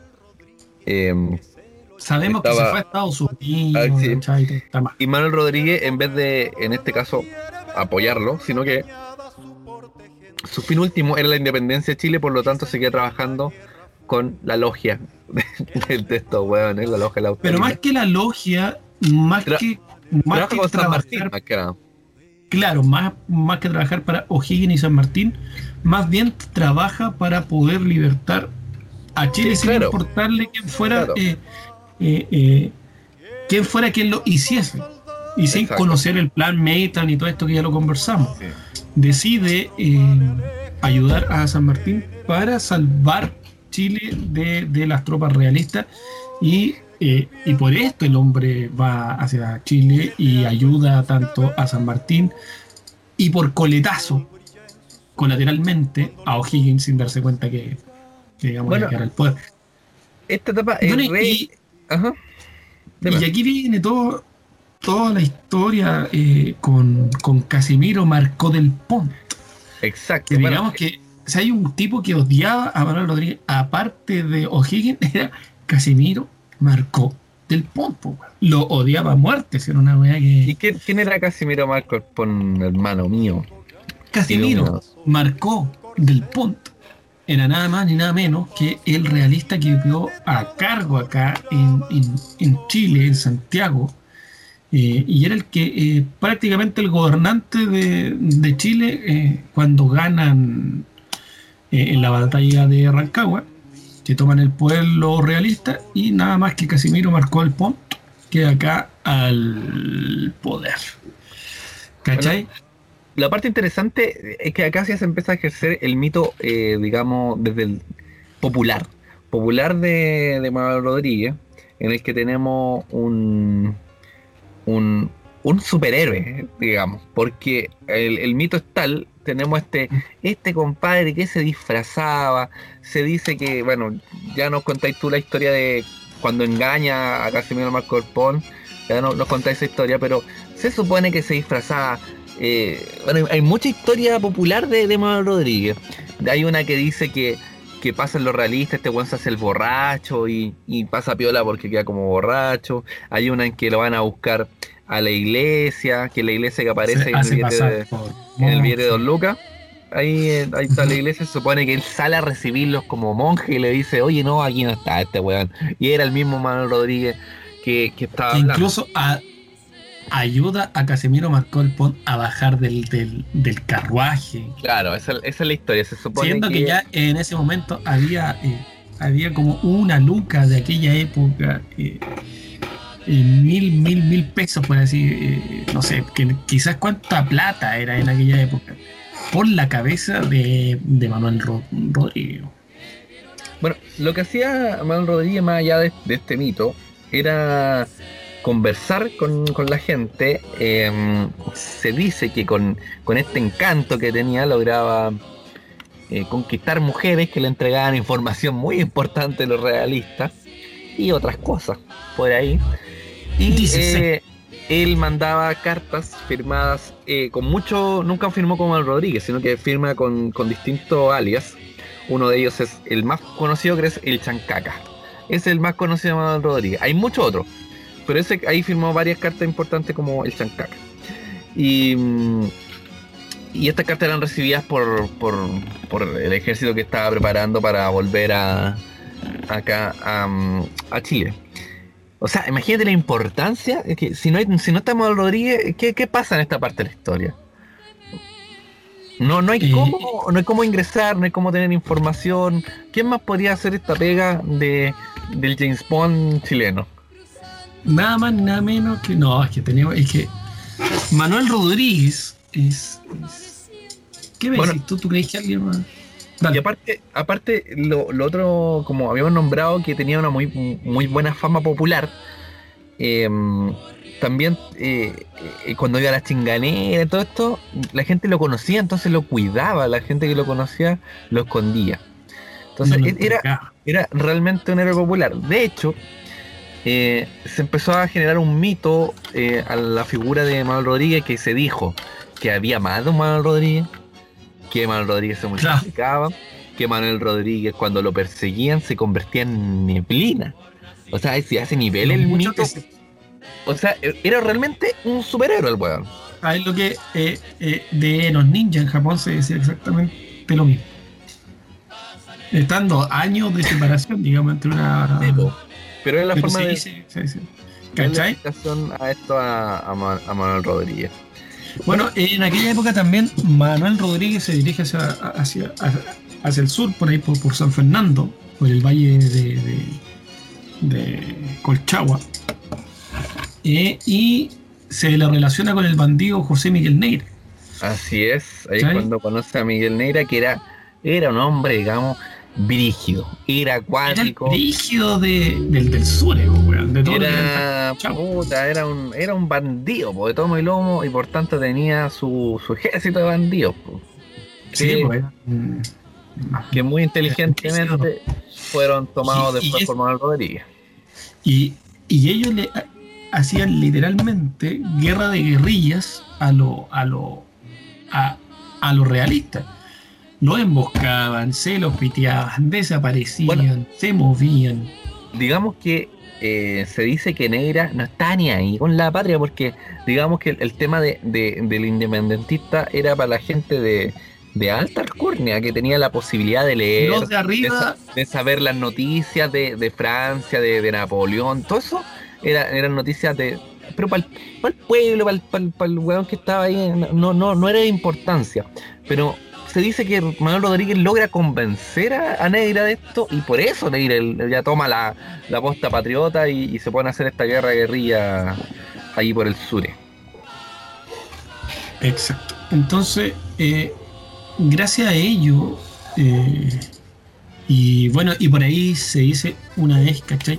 sabemos que se fue a Estados Unidos, sí. Está y Manuel Rodríguez, en vez de, en este caso, apoyarlo, sino que su fin último era la independencia de Chile, por lo tanto seguía trabajando con la logia de estos hueones, la logia de la autoridad. Pero más que la logia, más que con San Martín, trabajar, más que nada. claro, más que trabajar para O'Higgins y San Martín, más bien trabaja para poder libertar a Chile, sin importarle quién fuera, quién fuera quien lo hiciese, y sin conocer el plan Maytan y todo esto que ya lo conversamos. Sí. Decide ayudar a San Martín para salvar Chile de las tropas realistas, y por esto el hombre va hacia Chile y ayuda tanto a San Martín, y por coletazo, colateralmente, a O'Higgins, sin darse cuenta que digamos, que era el poder. Esta etapa es y aquí viene todo toda la historia con Casimiro Marcó del Pont. Exacto. Que digamos que si hay un tipo que odiaba a Manuel Rodríguez, aparte de O'Higgins, era Casimiro Marcó del Pont. Po, weón. Lo odiaba a muerte, si era una weá ¿Y que... quién era Casimiro Marcó del Pont, hermano mío? Casimiro Marcó del Pont era nada más ni nada menos que el realista que quedó a cargo acá en Chile, en Santiago, y era el que prácticamente el gobernante de Chile cuando ganan en la batalla de Rancagua, que toman el poder los realistas, y nada más que Casimiro Marcó el Pont queda acá al poder. ¿Cachai? Bueno, la parte interesante es que acá sí se empieza a ejercer el mito, digamos, desde el popular de Manuel Rodríguez, en el que tenemos un superhéroe, digamos, porque el mito es tal, tenemos este compadre que se disfrazaba, se dice que, bueno, ya nos contáis tú la historia de cuando engaña a Casimiro Marcó del Pont, ya nos contáis esa historia, pero se supone que se disfrazaba. Bueno, hay mucha historia popular de Manuel Rodríguez. Hay una que dice que pasan los realistas, este weón se hace el borracho y pasa piola porque queda como borracho. Hay una en que lo van a buscar a la iglesia, que la iglesia que aparece en el billete de Don Lucas. Ahí está la iglesia, se supone que él sale a recibirlos como monje y le dice, oye, no, aquí no está este weón. Y era el mismo Manuel Rodríguez que estaba hablando. Incluso ayuda a Casimiro Marcó el Pont a bajar del carruaje. Claro, esa es la historia. Se supone siendo que ya en ese momento había como una luca de aquella época, mil pesos, por así, no sé, que quizás cuánta plata era en aquella época, por la cabeza de Manuel Rodríguez. Bueno, lo que hacía Manuel Rodríguez, más allá de este mito, era conversar con la gente. Se dice que con este encanto que tenía lograba conquistar mujeres que le entregaban información muy importante de los realistas y otras cosas por ahí. Y él mandaba cartas firmadas con mucho, nunca firmó con Manuel Rodríguez, sino que firma con distintos alias. Uno de ellos es el más conocido, que es el Chancaca. Es el más conocido de Manuel Rodríguez. Hay muchos otros, pero ahí firmó varias cartas importantes como el Chancaca. Y estas cartas eran recibidas por el ejército que estaba preparando para volver acá a Chile. O sea, imagínate la importancia, es que si no está Manuel Rodríguez, ¿qué pasa en esta parte de la historia? No hay cómo ingresar, no hay cómo tener información. ¿Quién más podría hacer esta pega del James Bond chileno? Nada más ni nada menos que... No, es que Manuel Rodríguez es ¿qué me decís tú? ¿Tú crees que alguien más? Dale. Y aparte lo otro, como habíamos nombrado, que tenía una muy, muy buena fama popular, también cuando iba a las chinganeras y todo esto, la gente lo conocía, entonces lo cuidaba, la gente que lo conocía lo escondía. Entonces era realmente un héroe popular. De hecho, se empezó a generar un mito a la figura de Manuel Rodríguez, que se dijo que había más de un Manuel Rodríguez, que Manuel Rodríguez se multiplicaba, que Manuel Rodríguez cuando lo perseguían se convertía en neblina. O sea, a ese nivel el mito... O sea, era realmente un superhéroe el weón. Ahí lo que de los ninjas en Japón se decía exactamente lo mismo. Estando años de separación, digamos, entre una... Pero es la forma de... Sí. ¿Cachai? A esto a Manuel Rodríguez. Bueno, en aquella época también Manuel Rodríguez se dirige hacia el sur, por ahí por San Fernando, por el valle de Colchagua, y se le relaciona con el bandido José Miguel Neira. Así es, ahí cuando conoce a Miguel Neira, que era un hombre, digamos, brígido, era acuático. Era el brígido del sur, weón, de todo. Era un bandido, de tomo y lomo, y por tanto tenía su ejército de bandidos. Sí, pues. Que muy inteligentemente fueron tomados después por Manuel Rodríguez. Y ellos hacían literalmente guerra de guerrillas a lo realista. Los emboscaban, se los piteaban, desaparecían, Bueno, se movían. digamos que se dice que Neira no está ni ahí con la patria, porque digamos que el tema del independentista era para la gente de alta alcurnia, que tenía la posibilidad de leer, Los de arriba, de saber las noticias de Francia, de Napoleón, todo eso eran noticias pero para el pueblo, para el weón que estaba ahí, no era de importancia. Pero se dice que Manuel Rodríguez logra convencer a Neira de esto, y por eso Neira ya toma la posta patriota y se pone a hacer esta guerrilla ahí por el sur. exacto. Entonces, gracias a ello, y bueno, y por ahí se dice una vez, ¿cachai?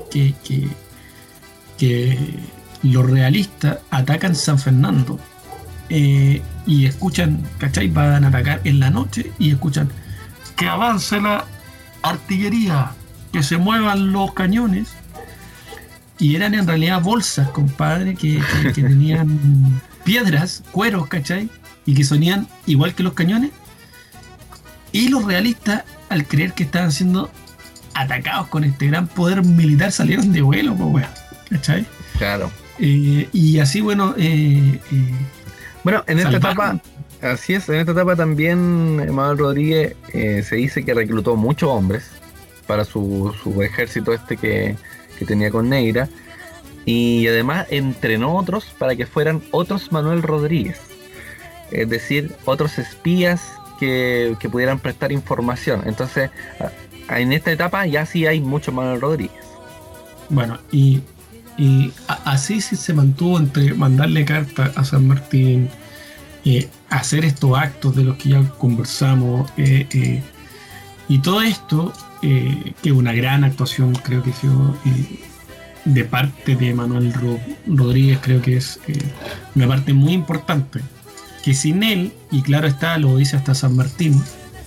Que los realistas atacan San Fernando, y escuchan, ¿cachai? Van a atacar en la noche y escuchan que avance la artillería, que se muevan los cañones, y eran en realidad bolsas, compadre, que tenían piedras, cueros, ¿cachai? Y que sonían igual que los cañones. Y los realistas, al creer que estaban siendo atacados con este gran poder militar, salieron de vuelo, pues, weón, ¿cachai? Claro. Y así, bueno, Bueno, en esta salvaron. etapa, así es, en esta etapa también Manuel Rodríguez se dice que reclutó muchos hombres para su ejército que tenía con Neira, y además entrenó otros para que fueran otros Manuel Rodríguez, es decir, otros espías que pudieran prestar información. Entonces, en esta etapa ya sí hay mucho Manuel Rodríguez. Bueno, así sí se mantuvo entre mandarle cartas a San Martín, hacer estos actos de los que ya conversamos, y todo esto, que es una gran actuación, creo que ha sido de parte de Manuel Rodríguez, creo que es una parte muy importante, que sin él, y claro está, lo dice hasta San Martín,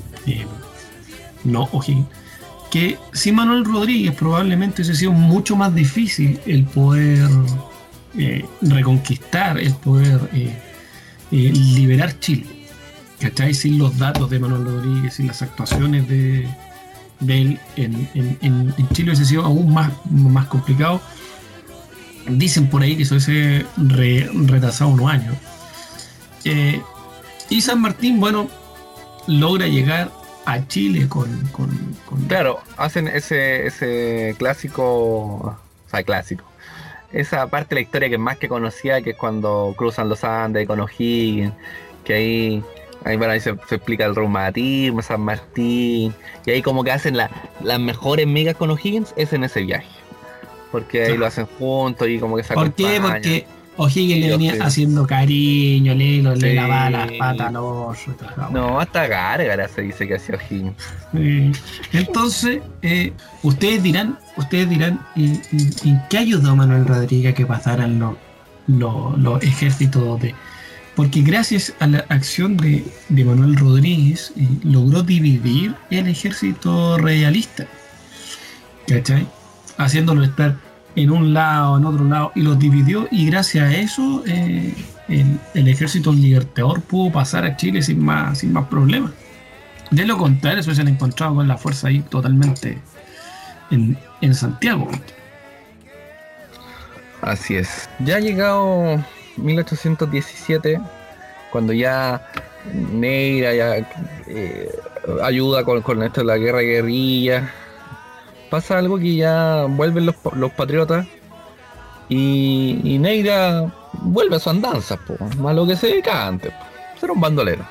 no O'Higgins, que sin Manuel Rodríguez probablemente hubiese sido mucho más difícil el poder reconquistar, el poder liberar Chile, ¿cachai? Sin los datos de Manuel Rodríguez, sin las actuaciones de él en Chile hubiese sido aún más complicado. Dicen por ahí que eso hubiese retrasado unos años. Y San Martín, bueno, logra llegar a Chile con Claro, hacen ese clásico, o sea, clásico. Esa parte de la historia que es más que conocida, que es cuando cruzan los Andes con O'Higgins, que ahí bueno, ahí se explica el reumatismo, San Martín, y ahí como que hacen las mejores migas con O'Higgins, es en ese viaje. Porque ahí lo hacen juntos y como que se ¿Por qué? acompañan. Porque O'Higgins le venía haciendo cariño, le lavaba las patas al oso. No, hasta Gárgara se dice que hacía O'Higgins. Entonces, ustedes dirán, ¿en qué ayudó Manuel Rodríguez a que pasaran los ejércitos de...? Porque gracias a la acción de Manuel Rodríguez logró dividir el ejército realista, ¿cachai? Haciéndolo estar en un lado, en otro lado, y los dividió, y gracias a eso el ejército libertador pudo pasar a Chile sin más problemas. De lo contrario, se han encontrado con la fuerza ahí totalmente en Santiago. Así es. Ya ha llegado 1817, cuando ya Neira ya ayuda con esto de la guerra de guerrilla. Pasa algo que ya vuelven los patriotas y Neira vuelve a su andanza, a lo que se dedicaba antes, ser un bandolero.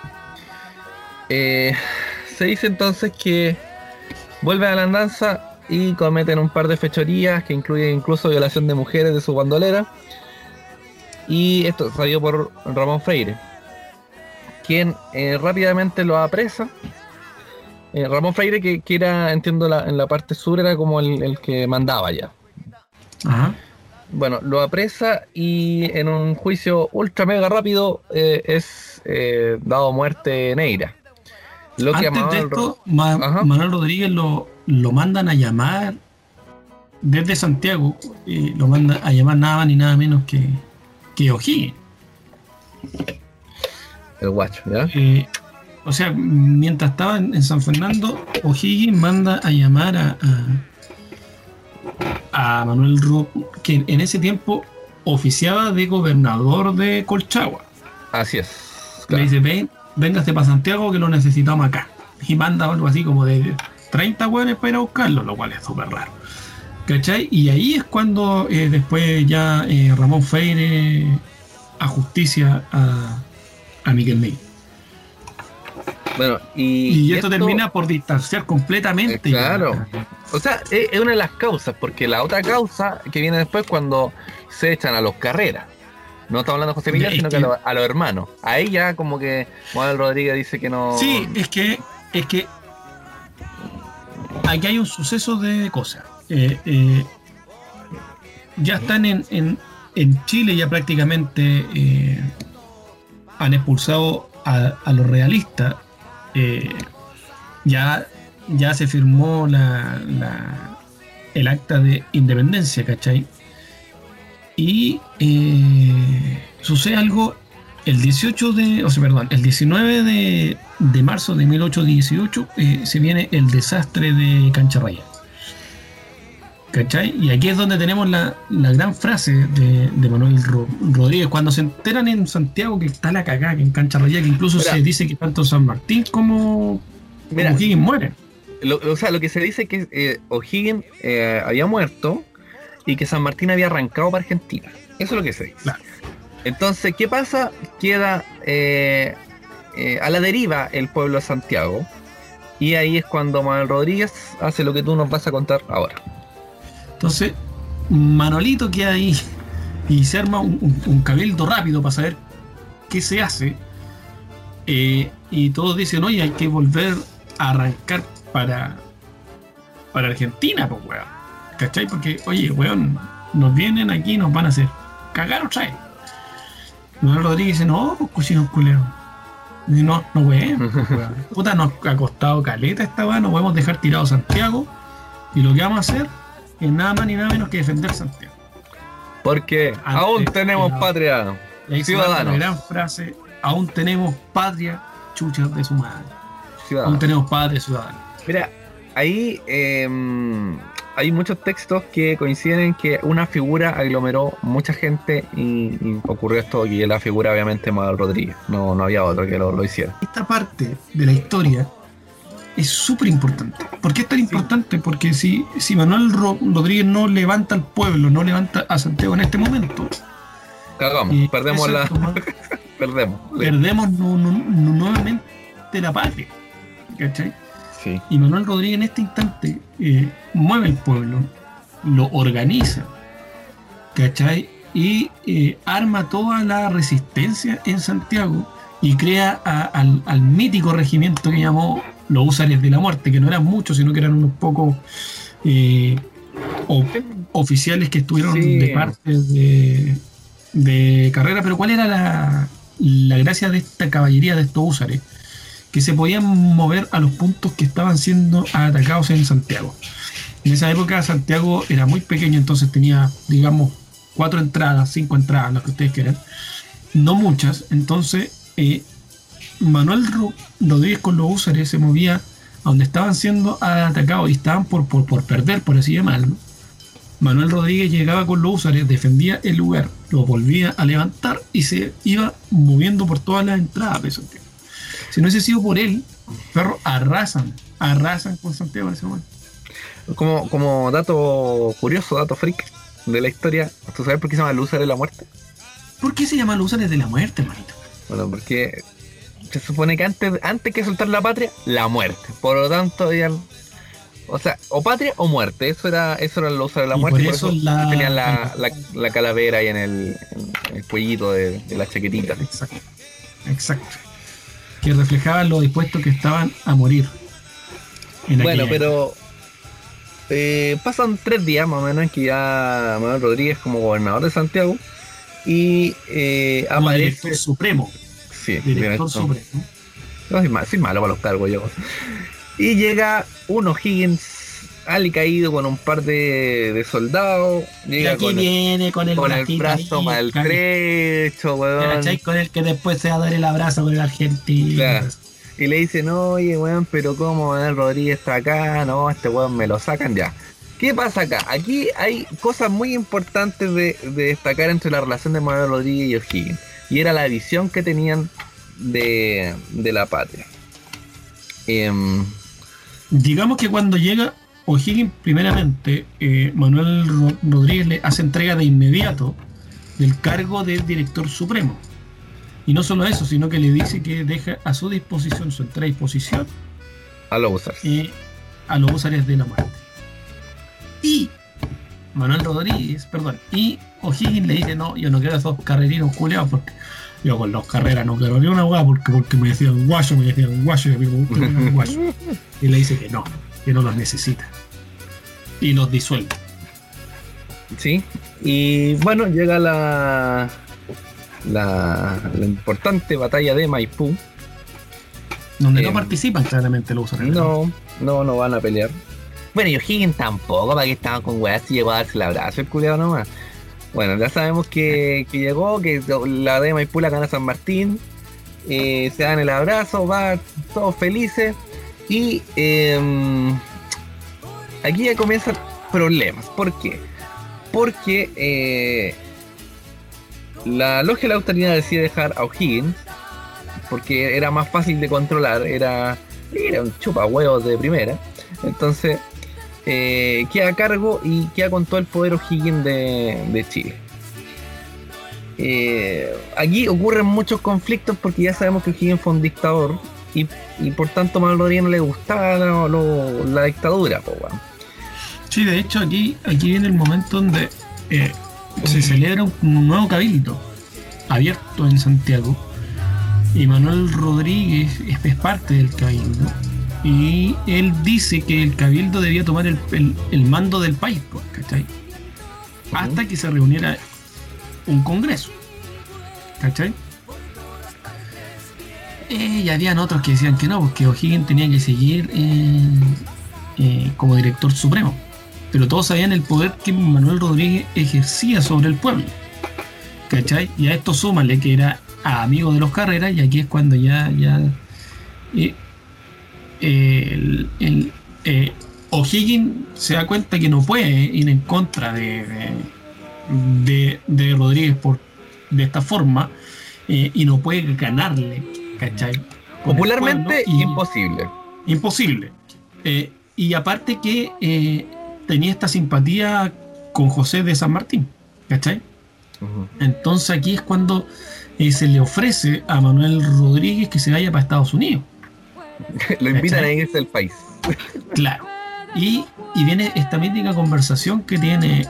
Se dice entonces que vuelven a la andanza y cometen un par de fechorías que incluyen incluso violación de mujeres de su bandolera, y esto salió por Ramón Freire, quien rápidamente lo apresa. Ramón Freire, que era, entiendo, en la parte sur era como el que mandaba ya. Ajá. Bueno, lo apresa y en un juicio ultra mega rápido es dado muerte Neira. Lo que Antes de esto, Ajá. Manuel Rodríguez lo mandan a llamar desde Santiago lo manda a llamar nada más ni nada menos que O'Higgins. El guacho, ¿ya? O sea, mientras estaba en San Fernando, O'Higgins manda a llamar a Manuel Ro, que en ese tiempo oficiaba de gobernador de Colchagua. Así es. Le dice, véngase para Santiago que lo necesitamos acá. Y manda algo así como de 30 hueones para ir a buscarlo, lo cual es súper raro. ¿Cachai? Y ahí es cuando después ya Ramón Freire ajusticia a Miguel Negri. Bueno, y esto termina por distanciar completamente. Claro. O sea, es una de las causas, porque la otra causa que viene después cuando se echan a los Carreras. No estamos hablando de José Miguel, sino que a los hermanos. Ahí ya como que Manuel Rodríguez dice que no... Sí, es que aquí hay un suceso de cosas. Ya están en Chile, ya prácticamente han expulsado a los realistas. Ya se firmó el acta de independencia, ¿cachai? Y sucede algo el 19 de marzo de 1818 se viene el desastre de Cancha Raya, ¿cachai? Y aquí es donde tenemos la gran frase de Manuel Rodríguez cuando se enteran en Santiago que está la cagada, que en Cancha Raya, que incluso se dice que tanto San Martín como O'Higgins mueren. O sea, lo que se dice es que O'Higgins había muerto y que San Martín había arrancado para Argentina. Eso es lo que se dice. Claro. Entonces, ¿qué pasa? Queda a la deriva el pueblo de Santiago. Y ahí es cuando Manuel Rodríguez hace lo que tú nos vas a contar ahora. Entonces, Manolito queda ahí y se arma un cabildo rápido para saber qué se hace. Y todos dicen, oye, hay que volver a arrancar para Argentina, pues, weón. ¿Cachai? Porque, oye, weón, nos vienen aquí y nos van a hacer cagar otra vez. Manuel Rodríguez dice, no, pues cochinos culeros. No, weón, pues, weón. Puta, nos ha costado caleta esta weón, nos podemos dejar tirado Santiago. Y lo que vamos a hacer es nada más ni nada menos que defender Santiago. Porque aún tenemos patria. Y ahí ciudadanos. La gran frase, aún tenemos patria, chuchas de su madre. Ciudadanos. Aún tenemos patria, ciudadanos. Mira, ahí hay muchos textos que coinciden en que una figura aglomeró mucha gente y ocurrió esto, y la figura obviamente Manuel Rodríguez, no había otro que lo hiciera. Esta parte de la historia es súper importante. ¿Por qué es tan importante? Porque si Manuel Rodríguez no levanta al pueblo, no levanta a Santiago en este momento, cagamos, perdemos perdemos nuevamente la patria, ¿cachai? Sí. Y Manuel Rodríguez en este instante mueve el pueblo, lo organiza, ¿cachai? Y arma toda la resistencia en Santiago y crea al mítico regimiento que llamó los Húsares de la Muerte, que no eran muchos, sino que eran unos pocos oficiales que estuvieron de parte de Carrera. Pero ¿cuál era la gracia de esta caballería, de estos húsares? Que se podían mover a los puntos que estaban siendo atacados en Santiago. En esa época Santiago era muy pequeño, entonces tenía, digamos, 4 entradas, 5 entradas, las que ustedes quieran, no muchas. Entonces Manuel Rodríguez con los húsares se movía a donde estaban siendo atacados y estaban por perder, por así llamarlo. Manuel Rodríguez llegaba con los húsares, defendía el lugar, lo volvía a levantar y se iba moviendo por todas las entradas de Santiago. Si no hubiese sido por él, perro, arrasan con Santiago en ese momento. Como dato curioso, dato freak de la historia, ¿tú sabes por qué se llama Húsares de la Muerte? ¿Por qué se llama Húsares de la Muerte, manito? Bueno, porque se supone que antes que soltar la patria, la muerte. Por lo tanto, o sea, o patria o muerte. Eso era los Húsares de la Muerte. Por eso tenían la calavera ahí en el cuellito de la chaquetita. Exacto. Que reflejaban lo dispuestos que estaban a morir. Bueno, pero pasan 3 días más o menos en que ya Manuel Rodríguez como gobernador de Santiago y aparece director supremo. Sí, director supremo. No, soy malo para los cargos yo. Y llega un O'Higgins alicaído con un par de soldados. Y Llega aquí con, viene con el con el bracito brazo ahí, maltrecho, weón. ¿cachai? Con el que después se va a dar el abrazo con el argentino. Claro. Y le dicen, oye, weón, pero ¿cómo Manuel Rodríguez está acá? No, este weón me lo sacan ya. ¿Qué pasa acá? Aquí hay cosas muy importantes de destacar entre la relación de Manuel Rodríguez y O'Higgins. Y era la visión que tenían de la patria. Digamos que cuando llega O'Higgins, primeramente, Manuel Rodríguez le hace entrega de inmediato del cargo de director supremo. Y no solo eso, sino que le dice que deja a su disposición, su entera disposición, A los Húsares. a los húsares de la muerte. Y O'Higgins le dice, no, yo no quiero a esos carrerinos culiados porque yo con los carreras no quiero ni una hueá porque me decían guayo, y a mí me gusta un guayo. Y le dice que no los necesita. Y los disuelve. Sí. Y bueno, llega la importante batalla de Maipú. Donde no participan claramente los húsares. No van a pelear. Bueno, y O'Higgins tampoco, para que estaban con weas y llegó a darse el abrazo el culiado nomás. Bueno, ya sabemos que llegó, que la de Maipú la gana San Martín, se dan el abrazo, van todos felices y aquí ya comienzan problemas. ¿Por qué? Porque la logia de la austeridad decide dejar a O'Higgins porque era más fácil de controlar, era un chupahuevos de primera. Entonces queda a cargo y queda con todo el poder O'Higgins de Chile. Aquí ocurren muchos conflictos porque ya sabemos que O'Higgins fue un dictador y por tanto a Manuel Rodríguez no le gustaba la dictadura, po, bueno. Sí, de hecho aquí viene el momento donde se celebra un nuevo cabildo abierto en Santiago y Manuel Rodríguez es parte del cabildo. Y él dice que el cabildo debía tomar el mando del país, pues, ¿cachai? Hasta que se reuniera un congreso, ¿cachai? Y habían otros que decían que no, porque O'Higgins tenía que seguir como director supremo. Pero todos sabían el poder que Manuel Rodríguez ejercía sobre el pueblo, ¿cachai? Y a esto súmale que era amigo de los Carreras, y aquí es cuando O'Higgins se da cuenta que no puede ir en contra de Rodríguez de esta forma, y no puede ganarle, ¿cachai? Popularmente imposible. Y aparte que tenía esta simpatía con José de San Martín, ¿cachai? Entonces aquí es cuando se le ofrece a Manuel Rodríguez que se vaya para Estados Unidos. Lo invitan a irse del país. Claro. Y viene esta mítica conversación que tiene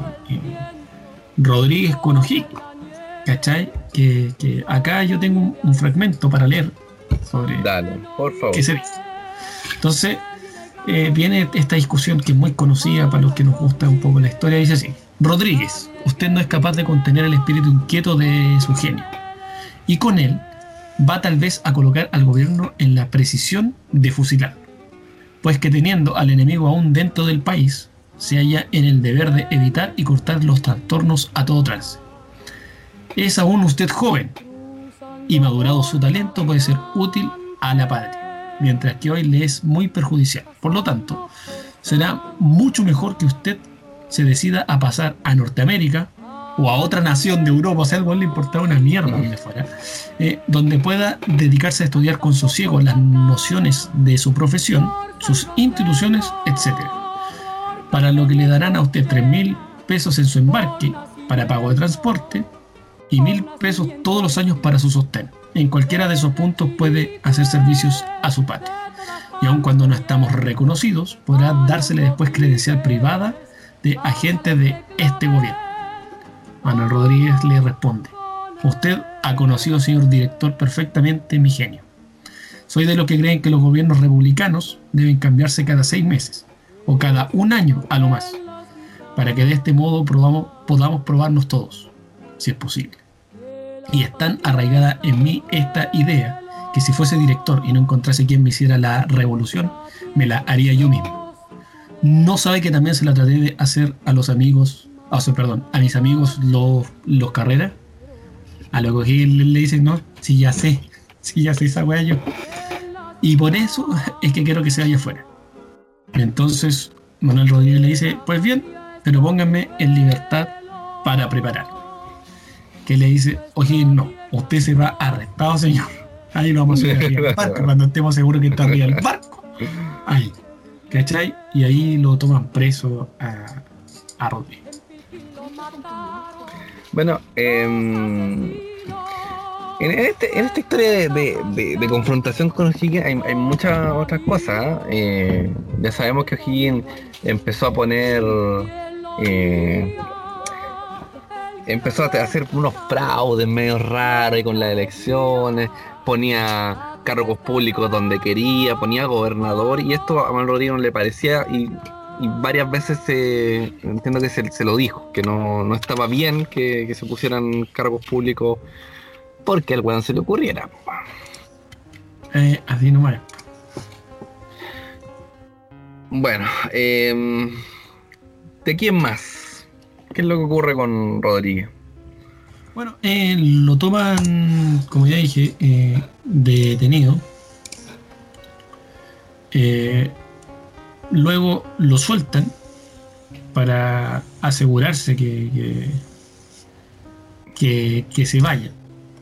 Rodríguez con O'Higgins, ¿cachai? Que acá yo tengo un fragmento para leer sobre. Dale, por favor. ¿Qué se dice? Entonces viene esta discusión que es muy conocida para los que nos gusta un poco la historia. Dice así: Rodríguez, usted no es capaz de contener el espíritu inquieto de su genio, y con él va tal vez a colocar al gobierno en la precisión de fusilar, pues que teniendo al enemigo aún dentro del país, se halla en el deber de evitar y cortar los trastornos a todo trance. Es aún usted joven, y madurado su talento puede ser útil a la patria, mientras que hoy le es muy perjudicial. Por lo tanto, será mucho mejor que usted se decida a pasar a Norteamérica o a otra nación de Europa, o sea, algo le importaba una mierda donde fuera, donde pueda dedicarse a estudiar con sosiego las nociones de su profesión, sus instituciones, etc. Para lo que le darán a usted 3.000 pesos en su embarque para pago de transporte y 1.000 pesos todos los años para su sostén. En cualquiera de esos puntos puede hacer servicios a su patria. Y aun cuando no estamos reconocidos, podrá dársele después credencial privada de agente de este gobierno. Manuel Rodríguez le responde: usted ha conocido, señor director, perfectamente mi genio. Soy de los que creen que los gobiernos republicanos deben cambiarse cada 6 meses, o cada 1 año a lo más, para que de este modo podamos probarnos todos, si es posible. Y es tan arraigada en mí esta idea, que si fuese director y no encontrase quien me hiciera la revolución, me la haría yo mismo. no sabe que también se la traté de hacer a los amigos, a mis amigos los Carreras. A lo que le dicen, no, si ya sé esa weá yo. Y por eso es que quiero que se vaya afuera. Entonces Manuel Rodríguez le dice, pues bien, pero pónganme en libertad para preparar. Que le dice, oye, no, usted se va arrestado, señor. Ahí lo vamos a subir arriba del barco, cuando estemos seguros que está arriba del barco. Ahí, ¿cachai? Y ahí lo toman preso a Rodríguez. Bueno, en esta historia de confrontación con O'Higgins hay muchas otras cosas. Ya sabemos que O'Higgins empezó a poner... empezó a hacer unos fraudes medio raros y con las elecciones, ponía cargos públicos donde quería, ponía gobernador, y esto a Manuel Rodríguez no le parecía, y varias veces entiendo que se lo dijo, que no estaba bien que se pusieran cargos públicos porque al weón se le ocurriera. Así nomás. Bueno, ¿de quién más? ¿Qué es lo que ocurre con Rodríguez? Bueno, lo toman, como ya dije, detenido. Luego lo sueltan para asegurarse que se vaya.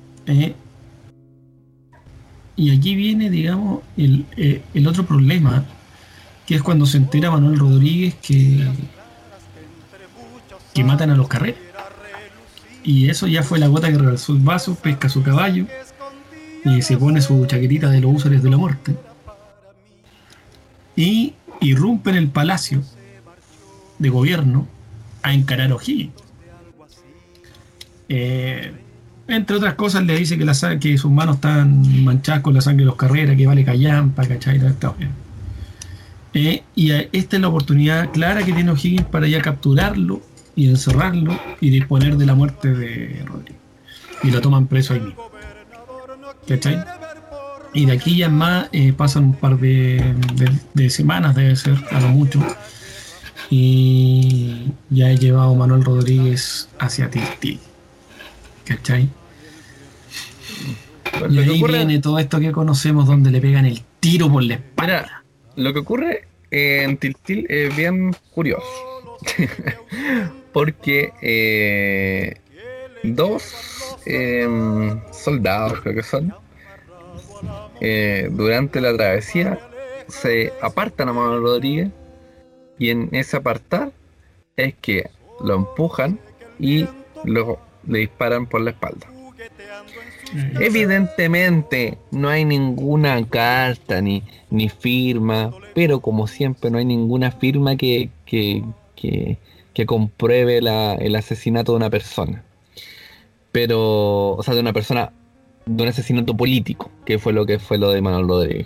Y aquí viene, digamos, el otro problema, que es cuando se entera Manuel Rodríguez que matan a los Carreras. Y eso ya fue la gota que rebalsó el vaso, pesca su caballo y se pone su chaquetita de los Húsares de la Muerte. Y irrumpe en el palacio de gobierno a encarar a O'Higgins. Entre otras cosas le dice que sus manos están manchadas con la sangre de los Carreras, que vale callampa, ¿cachai? Está bien. Y esta es la oportunidad clara que tiene O'Higgins para ya capturarlo y encerrarlo y disponer de la muerte de Rodríguez. Y lo toman preso ahí mismo. ¿Cachai? Y de aquí ya en más pasan un par de semanas, debe ser, a lo mucho. Y ya he llevado a Manuel Rodríguez hacia Tiltil. ¿Cachai? Bueno, y ahí viene todo esto que conocemos, donde le pegan el tiro por la espalda. Mira, lo que ocurre en Tiltil es bien curioso. Porque dos soldados, creo que son, durante la travesía se apartan a Manuel Rodríguez, y en ese apartar es que lo empujan y luego le disparan por la espalda. Evidentemente no hay ninguna carta ni firma, pero como siempre no hay ninguna firma que compruebe el asesinato de una persona. Pero, o sea, de un asesinato político, que fue lo de Manuel Rodríguez.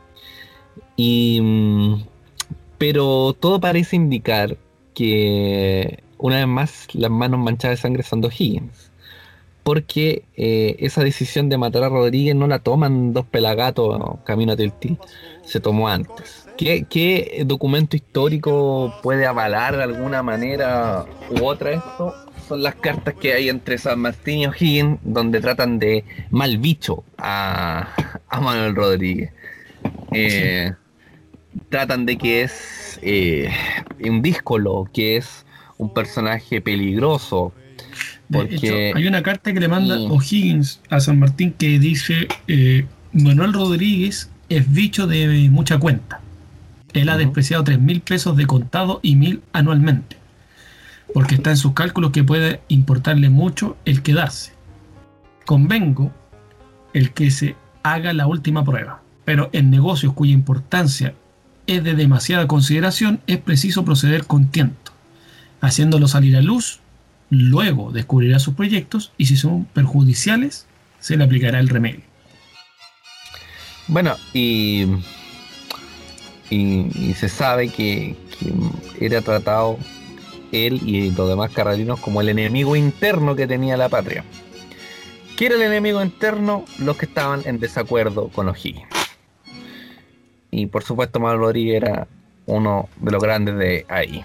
Pero todo parece indicar que una vez más las manos manchadas de sangre son de O'Higgins, porque esa decisión de matar a Rodríguez no la toman dos pelagatos camino a Tiltil, se tomó antes. ¿Qué documento histórico puede avalar de alguna manera u otra esto? Son las cartas que hay entre San Martín y O'Higgins, donde tratan de mal bicho a Manuel Rodríguez. Tratan de que es un díscolo, que es un personaje peligroso. Porque de hecho, hay una carta que le manda O'Higgins a San Martín que dice: Manuel Rodríguez es bicho de mucha cuenta. Él ha despreciado 3.000 pesos de contado y 1.000 anualmente, porque está en sus cálculos que puede importarle mucho el quedarse. Convengo el que se haga la última prueba, pero en negocios cuya importancia es de demasiada consideración es preciso proceder con tiento, haciéndolo salir a luz. Luego descubrirá sus proyectos y si son perjudiciales se le aplicará el remedio. Bueno, y se sabe que era tratado él y los demás carralinos como el enemigo interno que tenía la patria. ¿Qué era el enemigo interno? Los que estaban en desacuerdo con O'Higgins. Y por supuesto Manuel Rodríguez era uno de los grandes de ahí.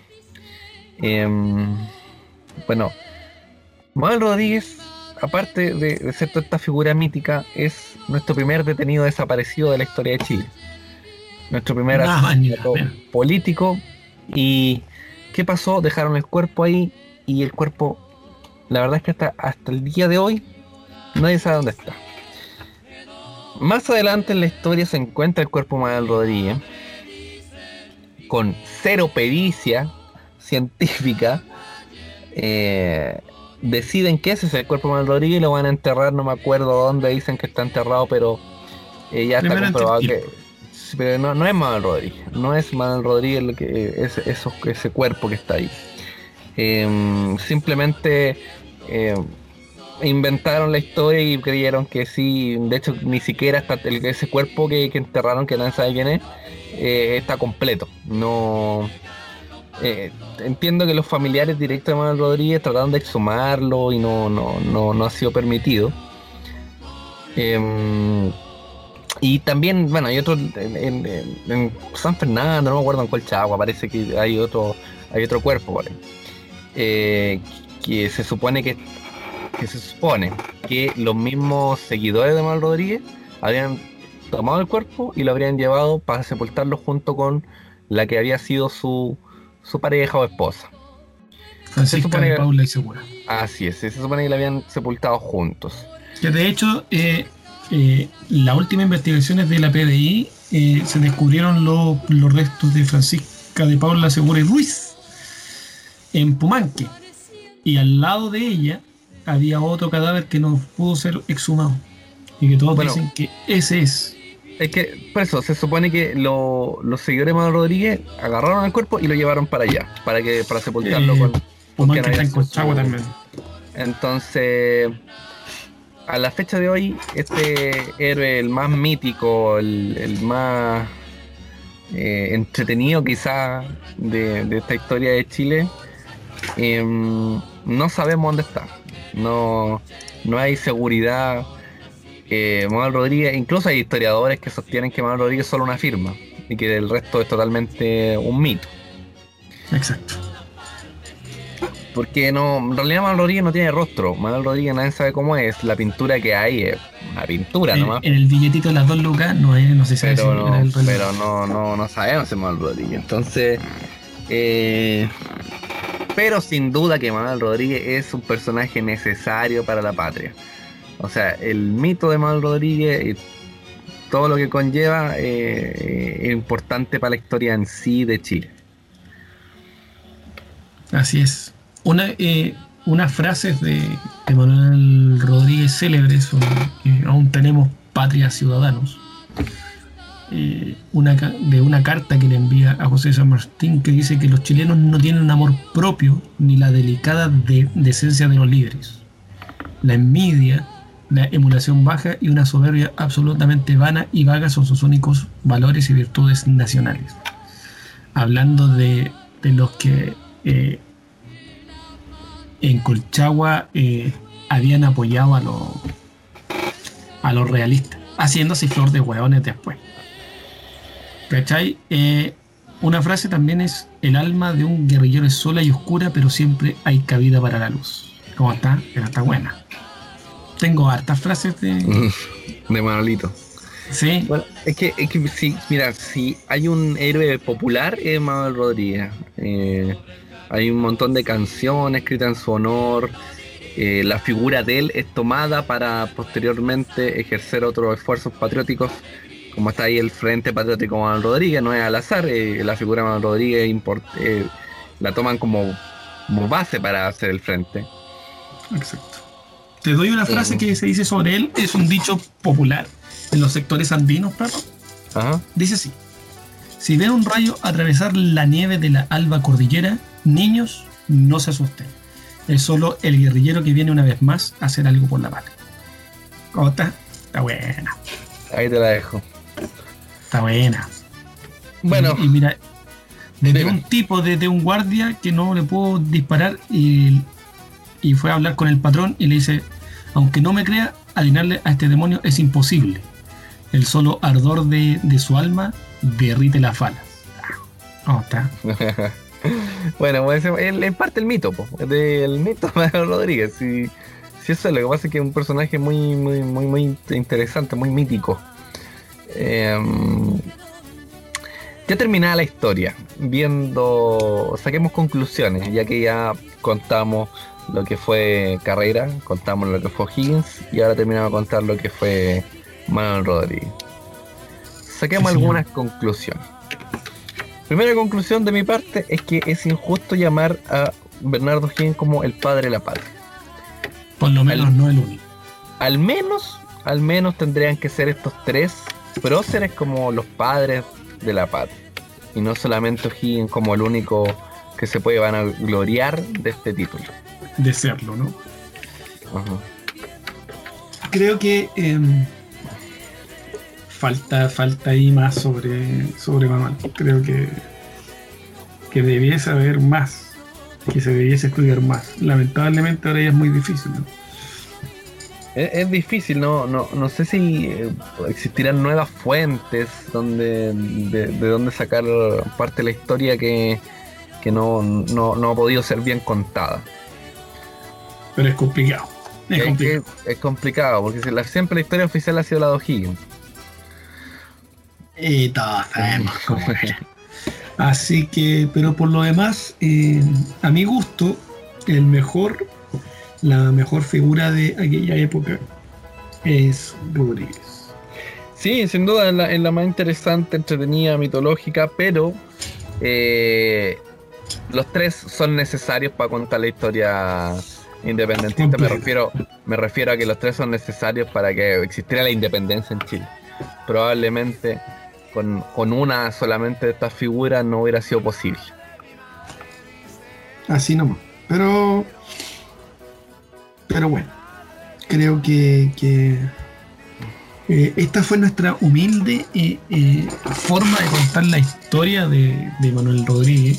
Bueno, Manuel Rodríguez, aparte de ser toda esta figura mítica, es nuestro primer detenido desaparecido de la historia de Chile. Nuestro primer asesinato político. ¿Y qué pasó? Dejaron el cuerpo ahí, y el cuerpo, la verdad es que hasta el día de hoy nadie sabe dónde está. Más adelante en la historia se encuentra el cuerpo de Manuel Rodríguez con cero pericia científica. Deciden que ese es el cuerpo de Manuel Rodríguez y lo van a enterrar, no me acuerdo dónde dicen que está enterrado, pero ya está comprobado que... Pero no es Manuel Rodríguez, no es Manuel Rodríguez lo que es ese cuerpo que está ahí. Simplemente inventaron la historia y creyeron que sí. De hecho, ni siquiera está ese cuerpo que enterraron, que nadie sabe quién es, está completo. No... entiendo que los familiares directos de Manuel Rodríguez trataron de exhumarlo y no ha sido permitido. Y también, bueno, hay otro en San Fernando, no me acuerdo en cuál Chagua, parece que hay otro cuerpo por ahí, que se supone que los mismos seguidores de Manuel Rodríguez habrían tomado el cuerpo y lo habrían llevado para sepultarlo junto con la que había sido su pareja o esposa, Francisca de Paula y Segura. Así es, se supone que la habían sepultado juntos. Que de hecho, las últimas investigaciones de la PDI se descubrieron los restos de Francisca de Paula Segura y Ruiz en Pumanque, y al lado de ella había otro cadáver que no pudo ser exhumado y que todos dicen que ese es. Es que, por eso, se supone que los seguidores de Manuel Rodríguez agarraron el cuerpo y lo llevaron para allá, para sepultarlo con Pumanque está en Colchagua también. Entonces, a la fecha de hoy, este héroe, el más mítico, el más entretenido quizá de esta historia de Chile, no sabemos dónde está. No hay seguridad. Manuel Rodríguez, incluso hay historiadores que sostienen que Manuel Rodríguez es solo una firma y que el resto es totalmente un mito. Exacto. Porque en realidad Manuel Rodríguez no tiene rostro. Manuel Rodríguez nadie sabe cómo es. La pintura que hay es una pintura nomás. En el billetito de las 2 lucas no se sabe. Pero no sabemos si es Manuel Rodríguez. Entonces, pero sin duda que Manuel Rodríguez es un personaje necesario para la patria. O sea, el mito de Manuel Rodríguez y todo lo que conlleva es importante para la historia en sí de Chile. Así es. Unas frases de Manuel Rodríguez célebres, aún tenemos patria ciudadanos. De una carta que le envía a José San Martín, que dice que los chilenos no tienen amor propio ni la delicada decencia de los líderes. La envidia, la emulación baja y una soberbia absolutamente vana y vaga son sus únicos valores y virtudes nacionales. Hablando de los que en Colchagua habían apoyado a los realistas, haciéndose flor de hueones después. ¿Cachai? Una frase también es: el alma de un guerrillero es sola y oscura, pero siempre hay cabida para la luz. ¿Cómo está? Está buena. Tengo hartas frases de Manolito. Sí. Bueno, es que sí, mira, si hay un héroe popular es Manuel Rodríguez. Hay un montón de canciones escritas en su honor. La figura de él es tomada para posteriormente ejercer otros esfuerzos patrióticos, como está ahí el Frente Patriótico Manuel Rodríguez. No es al azar, la figura de Manuel Rodríguez la toman como base para hacer el frente. Exacto. Te doy una frase que se dice sobre él, es un dicho popular en los sectores andinos, perro. Ajá. Dice así: si ven un rayo atravesar la nieve de la alba cordillera, niños, no se asusten. Es solo el guerrillero que viene una vez más a hacer algo por la patria. ¿Cómo está? Está buena. Ahí te la dejo. Está buena. Bueno. Y mira, desde un tipo, desde un guardia que no le pudo disparar y fue a hablar con el patrón y le dice: aunque no me crea, atinarle a este demonio es imposible. El solo ardor de su alma derrite las falas. Oh, está. Bueno, pues él es parte del mito, po, del mito de Manuel Rodríguez. Si eso es lo que pasa, es que es un personaje muy interesante, muy mítico. Ya terminada la historia, saquemos conclusiones, ya que ya contamos lo que fue Carrera, contamos lo que fue Higgins y ahora terminamos de contar lo que fue Manuel Rodríguez. Saquemos Sí, algunas conclusiones. Primera conclusión de mi parte es que es injusto llamar a Bernardo Higgins como el padre de la patria. Por lo menos no el único. Al menos tendrían que ser estos tres próceres como los padres de la patria. Y no solamente Higgins como el único que se puede vanagloriar de este título. De serlo, ¿no? Ajá. Creo que falta ahí más sobre Manuel. Creo que debiese haber más, que se debiese estudiar más. Lamentablemente ahora ya es muy difícil, ¿no? Es difícil, no sé si existirán nuevas fuentes de donde sacar parte de la historia que no ha podido ser bien contada. Pero es complicado. Es complicado, porque siempre la historia oficial ha sido la de O'Higgins. Y todos sabemos cómo era. Así que, pero por lo demás, a mi gusto, la mejor figura de aquella época es Rodríguez. Sí, sin duda es la más interesante, entretenida, mitológica, pero los tres son necesarios para contar la historia independentista. Me refiero a que los tres son necesarios para que existiera la independencia en Chile. Probablemente con una solamente de estas figuras no hubiera sido posible. Así nomás. Pero bueno, creo que esta fue nuestra humilde forma de contar la historia de Manuel Rodríguez.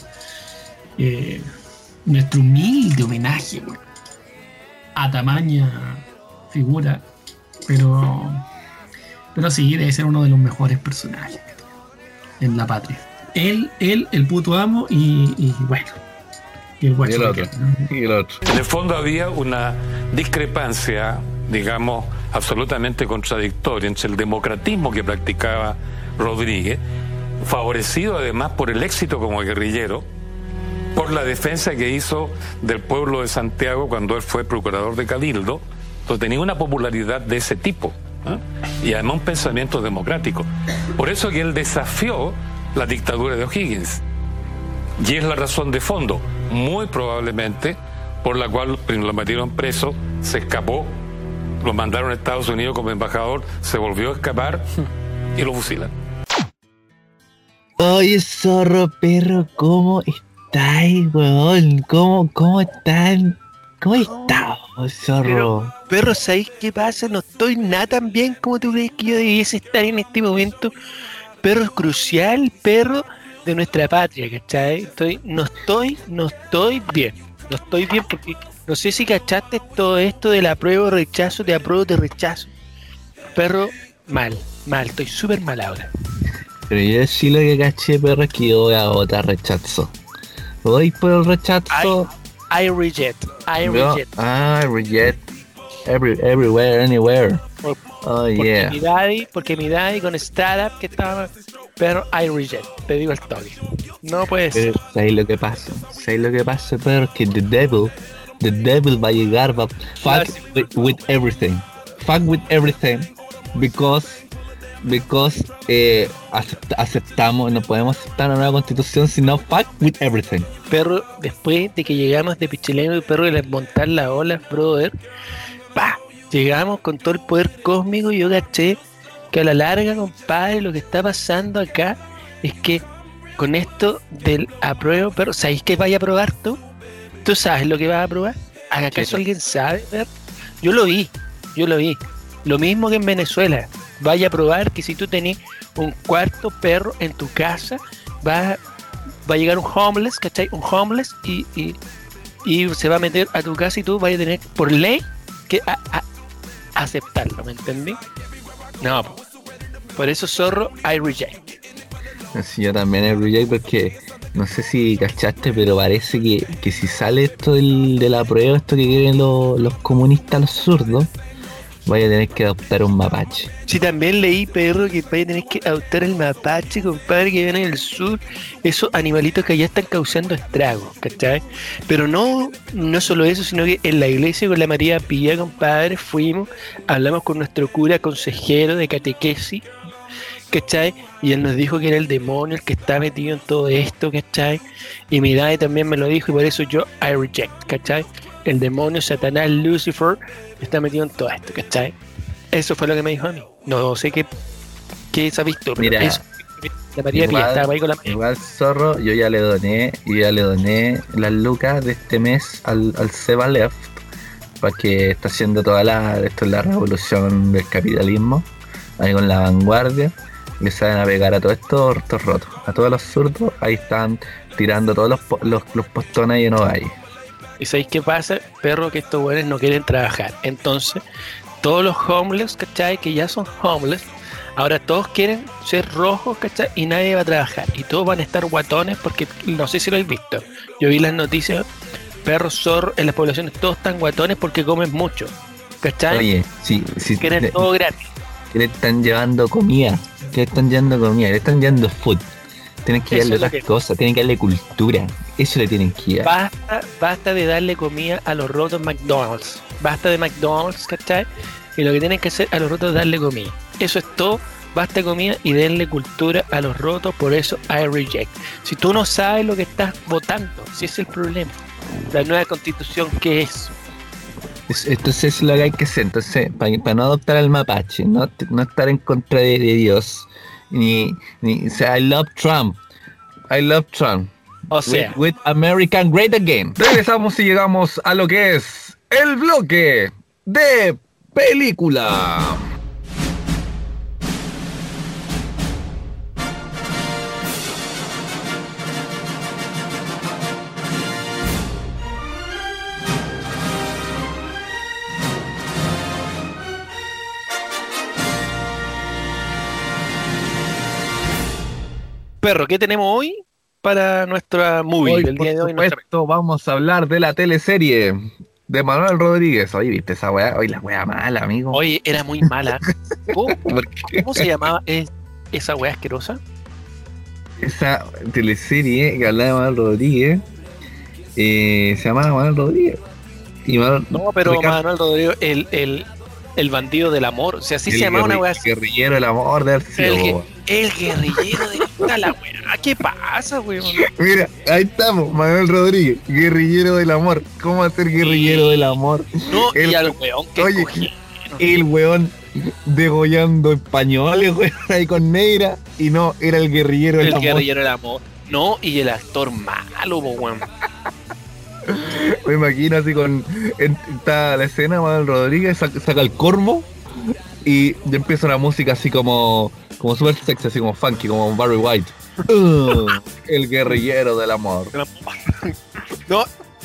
Nuestro humilde homenaje, bueno, a tamaña figura, pero sí, debe ser uno de los mejores personajes en la patria. Él, el puto amo y bueno, y el guacho. Y el otro. En el fondo había una discrepancia, digamos, absolutamente contradictoria entre el democratismo que practicaba Rodríguez, favorecido además por el éxito como guerrillero, por la defensa que hizo del pueblo de Santiago cuando él fue procurador de Cabildo. Entonces tenía una popularidad de ese tipo, ¿eh? Y además un pensamiento democrático. Por eso que él desafió la dictadura de O'Higgins. Y es la razón de fondo, muy probablemente, por la cual lo metieron preso, se escapó, lo mandaron a Estados Unidos como embajador, se volvió a escapar y lo fusilan. Oye, zorro perro, ¿cómo estáis, weón? ¿Cómo están? ¿Cómo estás, zorro? Perro, ¿sabéis qué pasa? No estoy nada tan bien como tú crees que yo debiese estar en este momento. Perro, es crucial, perro, de nuestra patria, ¿cachai? No estoy bien. No estoy bien porque no sé si cachaste todo esto del apruebo, rechazo, de apruebo, de rechazo. Perro, mal, estoy súper mal ahora. Pero yo sí lo que caché, perro, es que yo voy a votar rechazo. Voy por el rechazo. I reject. I reject. Everywhere, anywhere. Porque mi daddy con startup que estaba. Pero I reject. Te digo el toque. No puede ser. Pero ¿sabes lo que pasa? Pero que the devil va a llegar, va fuck with everything. Fuck with everything. Because aceptamos, no podemos aceptar una nueva constitución sino fuck with everything. Perro, después de que llegamos de Pichileno y perro de montar la ola, brother, llegamos con todo el poder cósmico y yo caché que a la larga, compadre, lo que está pasando acá es que con esto del apruebo, perro, ¿sabéis que vaya a aprobar tú? ¿Tú sabes lo que vas a aprobar? ¿Acaso alguien sabe, perro? Yo lo vi. Lo mismo que en Venezuela. Vaya a probar que si tú tenés un cuarto perro en tu casa, va a llegar un homeless, ¿cachai? Un homeless y se va a meter a tu casa y tú vas a tener por ley que aceptarlo, ¿me entendí? No, por eso, zorro, I reject. Sí, yo también I reject porque no sé si cachaste, pero parece que si sale esto de la prueba, esto que quieren los comunistas, los zurdos, vaya a tener que adoptar un mapache. Sí, también leí, perro, que vaya a tener que adoptar el mapache, compadre, que viene del sur. Esos animalitos que allá están causando estragos, ¿cachai? Pero no solo eso, sino que en la iglesia con la María Pía, compadre, fuimos, hablamos con nuestro cura consejero de catequesis, ¿cachai? Y él nos dijo que era el demonio el que está metido en todo esto, ¿cachai? Y mi daddy también me lo dijo y por eso yo I reject, ¿cachai? El demonio, Satanás, Lucifer, está metido en todo esto, ¿cachai? Eso fue lo que me dijo a mí. No sé qué se ha visto, pero mira, eso, la María Pía estaba ahí con la... Igual, zorro, yo ya le doné las lucas de este mes al Seba Left, porque está haciendo esto es la revolución del capitalismo, ahí con la vanguardia, le saben a pegar a todos estos rotos, a todos los zurdos, ahí están tirando todos los postones y no hay. ¿Y sabéis qué pasa? Perro, que estos güeyes no quieren trabajar. Entonces, todos los homeless, ¿cachai? Que ya son homeless, ahora todos quieren ser rojos, ¿cachai? Y nadie va a trabajar. Y todos van a estar guatones porque, no sé si lo habéis visto. Yo vi las noticias, perros, zorros, en las poblaciones todos están guatones porque comen mucho, ¿cachai? Oye, sí. Quieren todo gratis. Que le están llevando comida, le están llevando food. Tienen que darle otras cosas, tienen que darle cultura. Eso le tienen que dar. Basta de darle comida a los rotos McDonald's. Basta de McDonald's, ¿cachai? Y lo que tienen que hacer a los rotos es darle comida. Eso es todo. Basta de comida y denle cultura a los rotos. Por eso I reject. Si tú no sabes lo que estás votando, si ese es el problema. La nueva constitución, ¿qué es? Entonces es lo que hay que hacer. Entonces, para no adoptar al mapache, no estar en contra de Dios, ni o sea, I love Trump. O sea, with American Great Again. Regresamos y llegamos a lo que es el bloque de película. perro, ¿qué tenemos hoy para nuestra movie Hoy, del día de hoy? por supuesto, vamos a hablar de la teleserie de Manuel Rodríguez. Oye, ¿viste esa weá? Hoy la weá mala, amigo. Oye, era muy mala. ¿Cómo se llamaba esa weá asquerosa? Esa teleserie que hablaba de Manuel Rodríguez se llamaba Manuel Rodríguez. Y no, pero Manuel Rodríguez, el bandido del amor. O sea, así se llamaba una weá. El guerrillero del amor de el guerrillero de la weá. ¿Qué pasa, weón? Mira, ahí estamos, Manuel Rodríguez, guerrillero del amor. ¿Cómo hacer guerrillero del amor? No, y al weón que oye, el weón degollando españoles, weón, ahí con Neira, y no, era el guerrillero del amor. El guerrillero del amor. No, y el actor malo, weón. Me imagino así está la escena, Manuel Rodríguez saca el cormo y empieza una música así como super sexy, así como funky, como Barry White. El guerrillero del amor. No.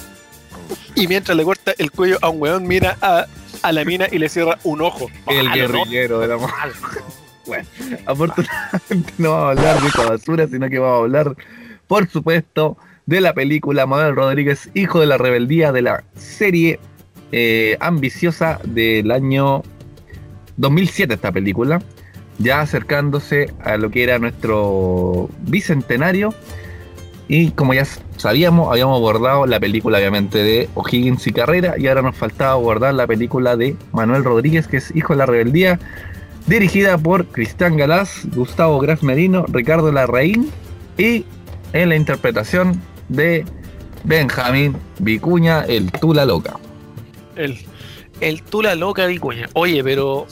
Y mientras le corta el cuello a un weón, mira a la mina y le cierra un ojo. El guerrillero del amor. Bueno, afortunadamente no vamos a hablar de esta basura, sino que vamos a hablar, por supuesto, de la película Manuel Rodríguez, Hijo de la Rebeldía, de la serie ambiciosa del año 2007, esta película, ya acercándose a lo que era nuestro bicentenario. Y como ya sabíamos, habíamos abordado la película obviamente de O'Higgins y Carrera, y ahora nos faltaba abordar la película de Manuel Rodríguez, que es Hijo de la Rebeldía, dirigida por Cristian Galaz, Gustavo Graf Merino, Ricardo Larraín, y en la interpretación de Benjamín Vicuña, el Tula Loca. El Tula Loca Vicuña. Oye, pero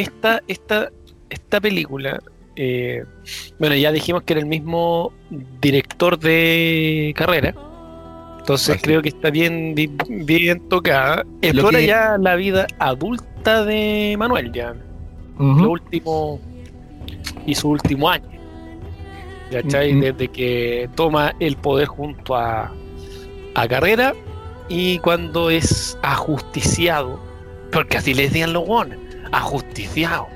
esta película, bueno, ya dijimos que era el mismo director de Carrera, entonces creo que está bien tocada. Explora ya la vida adulta de Manuel, ya lo último y su último año, ¿cachai? Desde que toma el poder junto a Carrera y cuando es ajusticiado, porque así les decían los guones, ajusticiado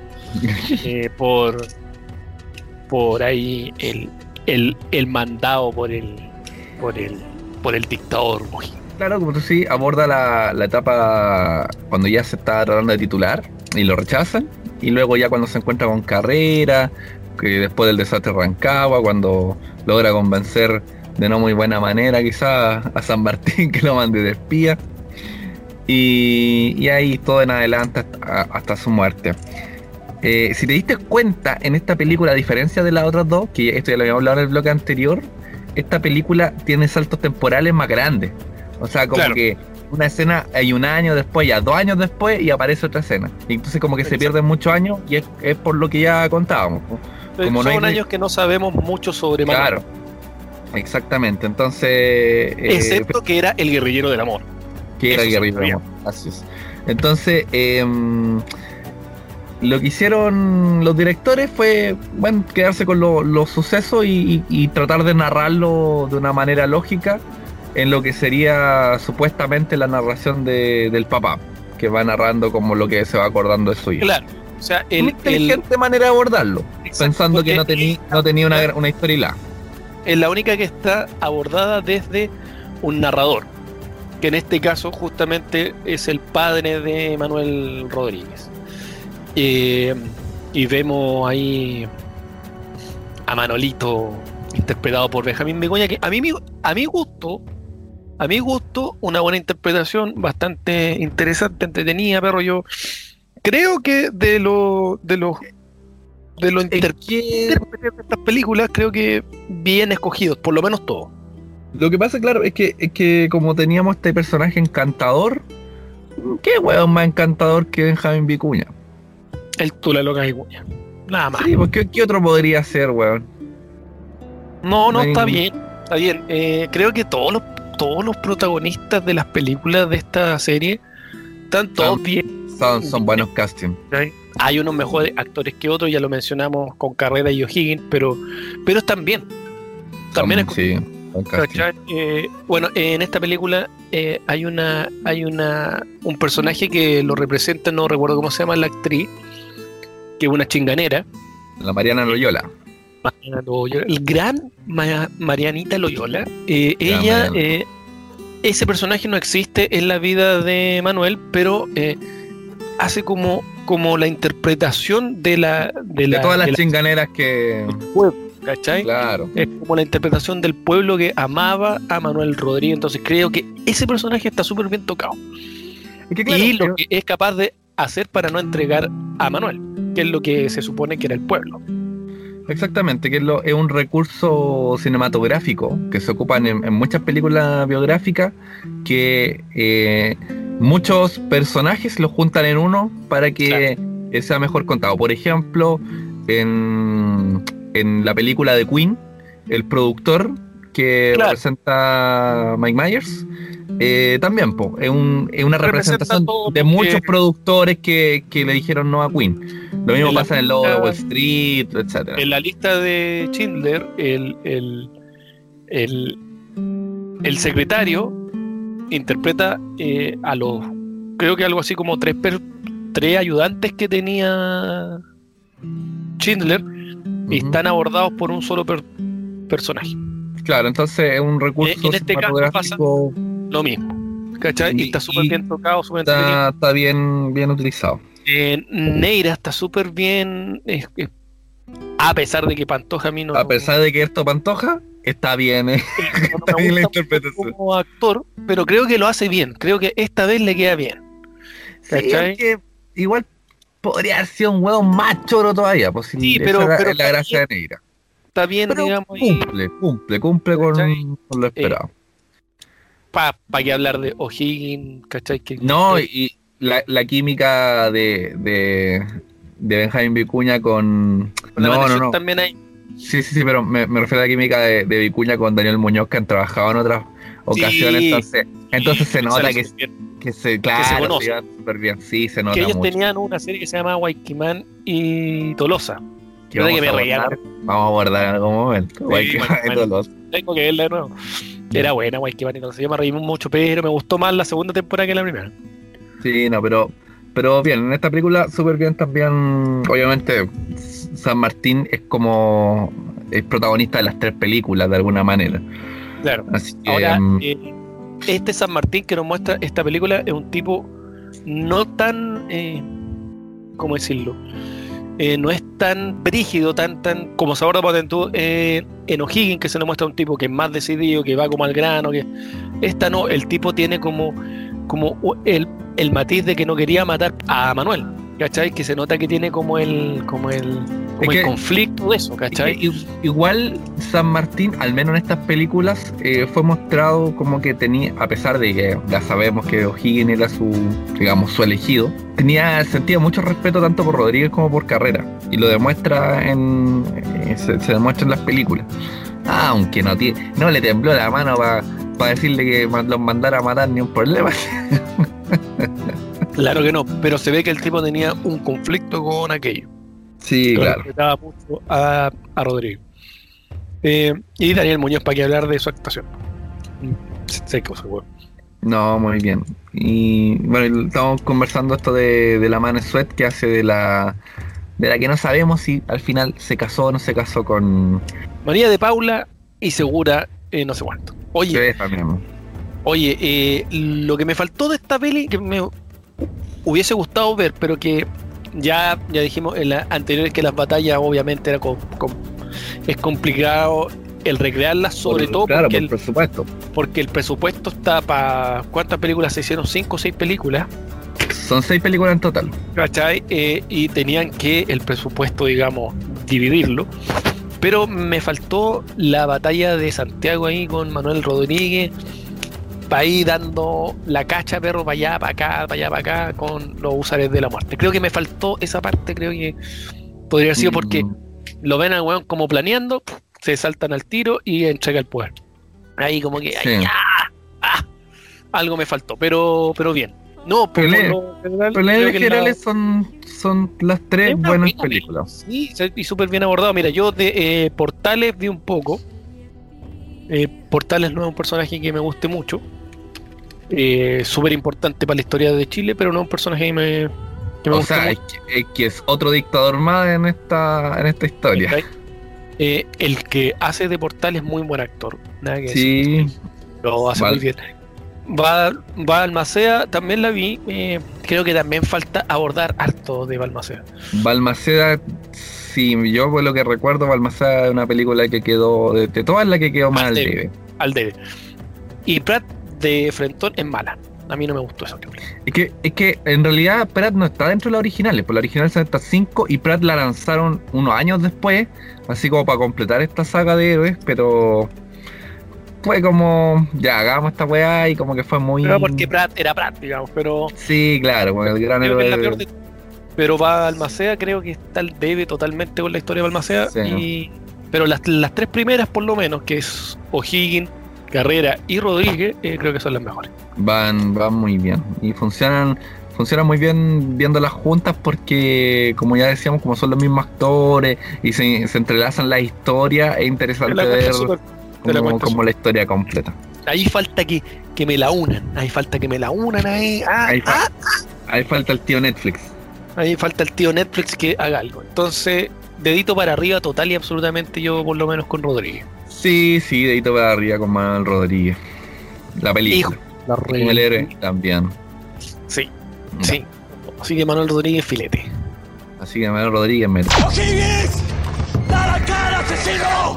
por ahí el mandado por el por el dictador O'Higgins. Claro, como tú sí, aborda la etapa cuando ya se está tratando de titular y lo rechazan, y luego ya cuando se encuentra con Carrera, que después del desastre de Rancagua, cuando logra convencer de no muy buena manera quizás a San Martín que lo mande de espía, y ahí todo en adelante hasta su muerte. Si te diste cuenta en esta película, a diferencia de las otras dos, que esto ya lo habíamos hablado en el bloque anterior, esta película tiene saltos temporales más grandes. O sea, como Claro. que una escena hay un año después, ya 2 años después, y aparece otra escena. Y entonces como que se pierden muchos años, y es por lo que ya contábamos. Como Son no hay- años que no sabemos mucho sobre Manuel. Claro, exactamente. Entonces... Excepto que era el guerrillero del amor. que era eso guerrillero sabía. del amor. Así es. Entonces, lo que hicieron los directores fue, bueno, quedarse con los sucesos y tratar de narrarlo de una manera lógica en lo que sería supuestamente la narración del papá, que va narrando como lo que se va acordando de su hijo. Claro. O sea, Una inteligente manera de abordarlo, pensando porque que no tenía una historia hilada. es la única que está abordada desde un narrador, que en este caso justamente es el padre de Manuel Rodríguez. Y vemos ahí a Manolito interpretado por Benjamín Vicuña, que a mi gusto, una buena interpretación, bastante interesante, entretenida, pero yo creo que de los intérpretes de estas películas, creo que bien escogidos, por lo menos todos. Lo que pasa, claro, es que como teníamos este personaje encantador, ¿qué hueón más encantador que Benjamín Vicuña? El Tula Loca Vicuña. Nada más. Sí, pues ¿qué otro podría ser, weón? No, no hay está ningún- bien, está bien. Creo que todos los protagonistas de las películas de esta serie están todos bien. Son buenos castings. ¿Cachai? Hay unos mejores actores que otros, ya lo mencionamos con Carrera y O'Higgins, pero están bien. También es Sí, buen casting. ¿cachai? Bueno, en esta película hay un personaje que lo representa, no recuerdo cómo se llama la actriz, que es una chinganera. La Mariana Loyola. Mariana Loyola, el gran Marianita Loyola. Ella, Mariana. ese personaje no existe en la vida de Manuel, pero hace como la interpretación de Todas las de la- chinganeras que... ¿cachai? Claro. Es como la interpretación del pueblo que amaba a Manuel Rodríguez. Entonces creo que ese personaje está súper bien tocado. Es que, claro, Y lo que es capaz de hacer para no entregar a Manuel, que es lo que se supone que era el pueblo. exactamente, que es un recurso cinematográfico que se ocupan en muchas películas biográficas, que muchos personajes los juntan en uno para que sea mejor contado. Por ejemplo, en la película de Queen, el que Claro. representa Mike Myers, también es una Representa representación todo de lo muchos que- productores que le dijeron no a Queen. Lo mismo En la pasa en el Lobo de película- Wall Street, etcétera. En la lista de Schindler, el secretario interpreta a los, creo que algo así como tres ayudantes que tenía Schindler, y Ujú. están abordados por un solo personaje. Claro, entonces es un recurso En este caso cinematográfico, Lo mismo, ¿cachai? Y está súper Y bien tocado, súper entretenido. está bien utilizado. Neira está súper bien, a pesar de que Pantoja a mí no, A pesar de que esto Pantoja, está bien, no está me bien la gusta interpretación. como actor, pero creo que lo hace bien. Creo que esta vez le queda bien. Sí, ¿Cachai? es que igual podría haber sido un huevo más choro todavía, pues Sí, esa pero es la está gracia bien. de Neira. Está bien, Pero digamos, y cumple ¿Cachai? con lo esperado. para que hablar de O'Higgins, ¿cachai? Que No, y la química de Benjamín Vicuña con... con la No, maldición no. también hay. Sí, pero me refiero a la química de Vicuña con Daniel Muñoz, que han trabajado en otras ocasiones, Sí. entonces se nota sale que, súper bien. que se, claro, conocen. se llevan súper bien, sí, se nota Que ellos mucho. tenían una serie que se llama Guayquimán y Tolosa. Que verdad vamos que a me reía, vamos a abordar en algún momento. Guayquimán. Guayquimán. Tengo que verla de nuevo. Era buena Guayquimán y Tolosa. Yo me reí mucho, pero me gustó más la segunda temporada que la primera. Sí, no, pero bien, en esta película súper bien también, obviamente, San Martín es protagonista de las 3 películas de alguna manera. Claro. Así que, Ahora, este San Martín que nos muestra esta película es un tipo no tan, ¿cómo decirlo? No es tan brígido, tan como se aborda Patentú en O'Higgins, que se nos muestra un tipo que es más decidido, que va como al grano, que esta no, el tipo tiene como el matiz de que no quería matar a Manuel, ¿cachai? Que se nota que tiene como el conflicto de eso, ¿cachai? Igual San Martín, al menos en estas películas, fue mostrado como que tenía, a pesar de que ya sabemos que O'Higgins era su elegido, sentía mucho respeto tanto por Rodríguez como por Carrera, y lo demuestra se demuestra en las películas, aunque no le tembló la mano para decirle que los mandara a matar ni un problema. Claro que no, pero se ve que el tipo tenía un conflicto con aquello. Sí, pero claro. respetaba mucho a Rodrigo. Y Daniel Muñoz, para que hablar de su actuación. Sé que seguro. No, muy bien. Y bueno, estamos conversando esto de la Man Sweat, que hace de la que no sabemos si al final se casó o no se casó con María de Paula y Segura, no sé cuánto. Oye, lo que me faltó de esta peli, que me hubiese gustado ver, pero que ya dijimos en la anterior, que las batallas obviamente es complicado el recrearlas, sobre todo claro, porque por presupuesto. Porque el presupuesto está para... ¿Cuántas películas se hicieron? 5 o 6 películas. Son 6 películas en total. ¿Cachai? Y tenían que el presupuesto, digamos, dividirlo. Pero me faltó la batalla de Santiago ahí con Manuel Rodríguez, para ir dando la cacha, perro, para allá, para acá, para allá, para acá, con los usuarios de la muerte. Creo que me faltó esa parte, creo que podría haber sido porque lo ven al weón como planeando, se saltan al tiro y entrega el poder. Ahí como que algo me faltó, pero bien. No, pero en general son las 3 buenas películas. Sí, y súper bien abordado. Mira, yo de Portales vi un poco. Portales no es un personaje que me guste mucho. Súper importante para la historia de Chile, pero no es un personaje que me guste mucho. Es que es otro dictador más en esta historia. El que hace de Portales es muy buen actor. Nada que sí, decir. Lo hace muy bien. Balmaceda también la vi. Creo que también falta abordar harto de Balmaceda. Balmaceda, sí, yo por lo que recuerdo, Balmaceda es una película que quedó, de todas las que quedó más al debe. Y Pratt de Frentón es mala. A mí no me gustó esa película. Es que en realidad Pratt no está dentro de las originales. Por la original son estas 5 y Pratt la lanzaron unos años después, así como para completar esta saga de héroes, pero fue como, ya, hagamos esta weá, y como que fue muy... Pero porque Pratt era Pratt, digamos, pero... Sí, claro, porque el gran héroe... Pero Balmaceda creo que está al debe totalmente con la historia de Balmaceda, sí. Pero las 3 primeras por lo menos, que es O'Higgins, Carrera y Rodríguez, creo que son las mejores. Van muy bien, y funcionan muy bien viéndolas juntas, porque como ya decíamos, como son los mismos actores y se entrelazan las historias, es interesante ver como la historia completa. Ahí falta que me la unan. Ahí falta el tío Netflix. Ahí falta el tío Netflix que haga algo. Entonces, dedito para arriba total y absolutamente, yo por lo menos con Rodríguez. Sí, dedito para arriba con Manuel Rodríguez. La película. Con el héroe también. Sí. Así que Manuel Rodríguez, filete. Así que Manuel Rodríguez, mete. ¡O'Higgins! ¡Da la cara, asesino!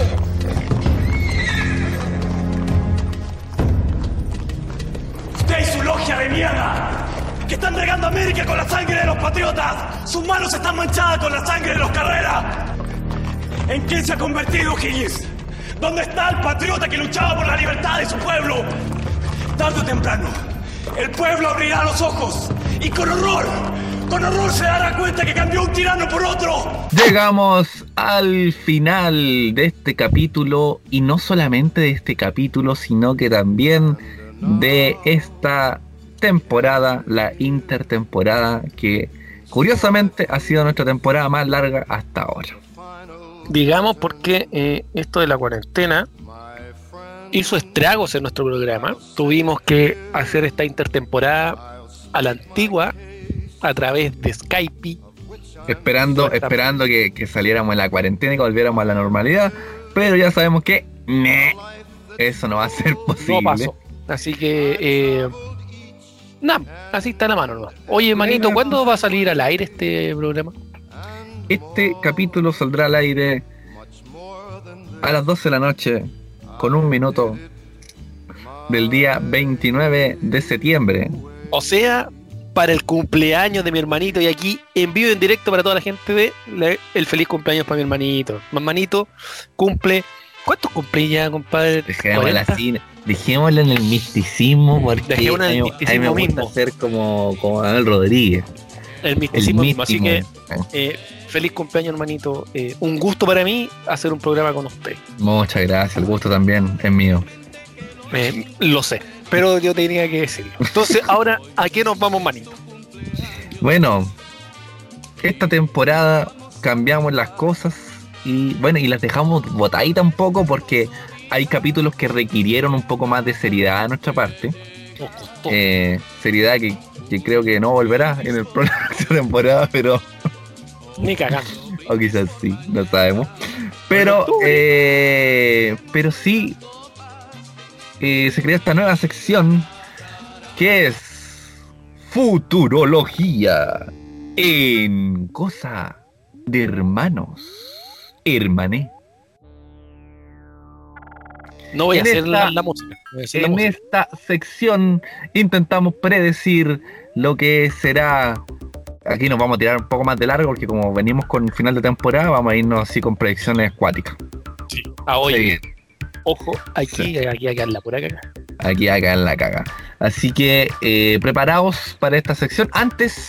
¡Usted y su logia de mierda! ¡Que están regando América con la sangre de los patriotas! ¡Sus manos están manchadas con la sangre de los Carrera! ¿En quién se ha convertido O'Higgins? ¿Dónde está el patriota que luchaba por la libertad de su pueblo? Tarde o temprano, el pueblo abrirá los ojos y con horror se dará cuenta que cambió un tirano por otro. Llegamos al final de este capítulo, y no solamente de este capítulo, sino que también de esta temporada, la intertemporada, que curiosamente ha sido nuestra temporada más larga hasta ahora. Digamos porque esto de la cuarentena hizo estragos en nuestro programa. Tuvimos que hacer esta intertemporada a la antigua, a través de Skype, esperando que saliéramos de la cuarentena y que volviéramos a la normalidad, pero ya sabemos que Eso no va a ser posible. No pasó. Así que, nada, así está la mano, ¿no? Oye, manito, ¿cuándo va a salir al aire este programa? Este capítulo saldrá al aire a las 12 de la noche, con 1 minuto, del día 29 de septiembre. O sea, para el cumpleaños de mi hermanito, y aquí en vivo y en directo para toda la gente de el feliz cumpleaños para mi hermanito. Mi hermanito cumple... ¿Cuántos cumple ya, compadre? Dejémosla en el misticismo, porque Dejémosla en el misticismo a mí me gusta mismo. ser como Abel Rodríguez. El misticismo mismo. Así místico. que, feliz cumpleaños, hermanito. Un gusto para mí hacer un programa con usted. Muchas gracias, el gusto también es mío. Lo sé, pero yo tenía que decirlo. Entonces, ahora, ¿a qué nos vamos, manito? Bueno, esta temporada cambiamos las cosas y las dejamos botaditas un poco porque hay capítulos que requirieron un poco más de seriedad de nuestra parte. Nos costó. Seriedad que creo que no volverá en el próxima temporada, pero... Ni cagando. O quizás sí, no sabemos. Pero sí, se crea esta nueva sección que es Futurología en Cosa de Hermanos. Hermané. No voy a En hacer esta- la música. Voy a hacer la En música. esta sección intentamos predecir lo que será. Aquí nos vamos a tirar un poco más de largo porque como venimos con final de temporada vamos a irnos así con predicciones cuáticas. Sí. Oye, Sí. ojo, aquí, Sí. aquí, la pura caga. Aquí acá en la caga. Así que preparaos para esta sección. Antes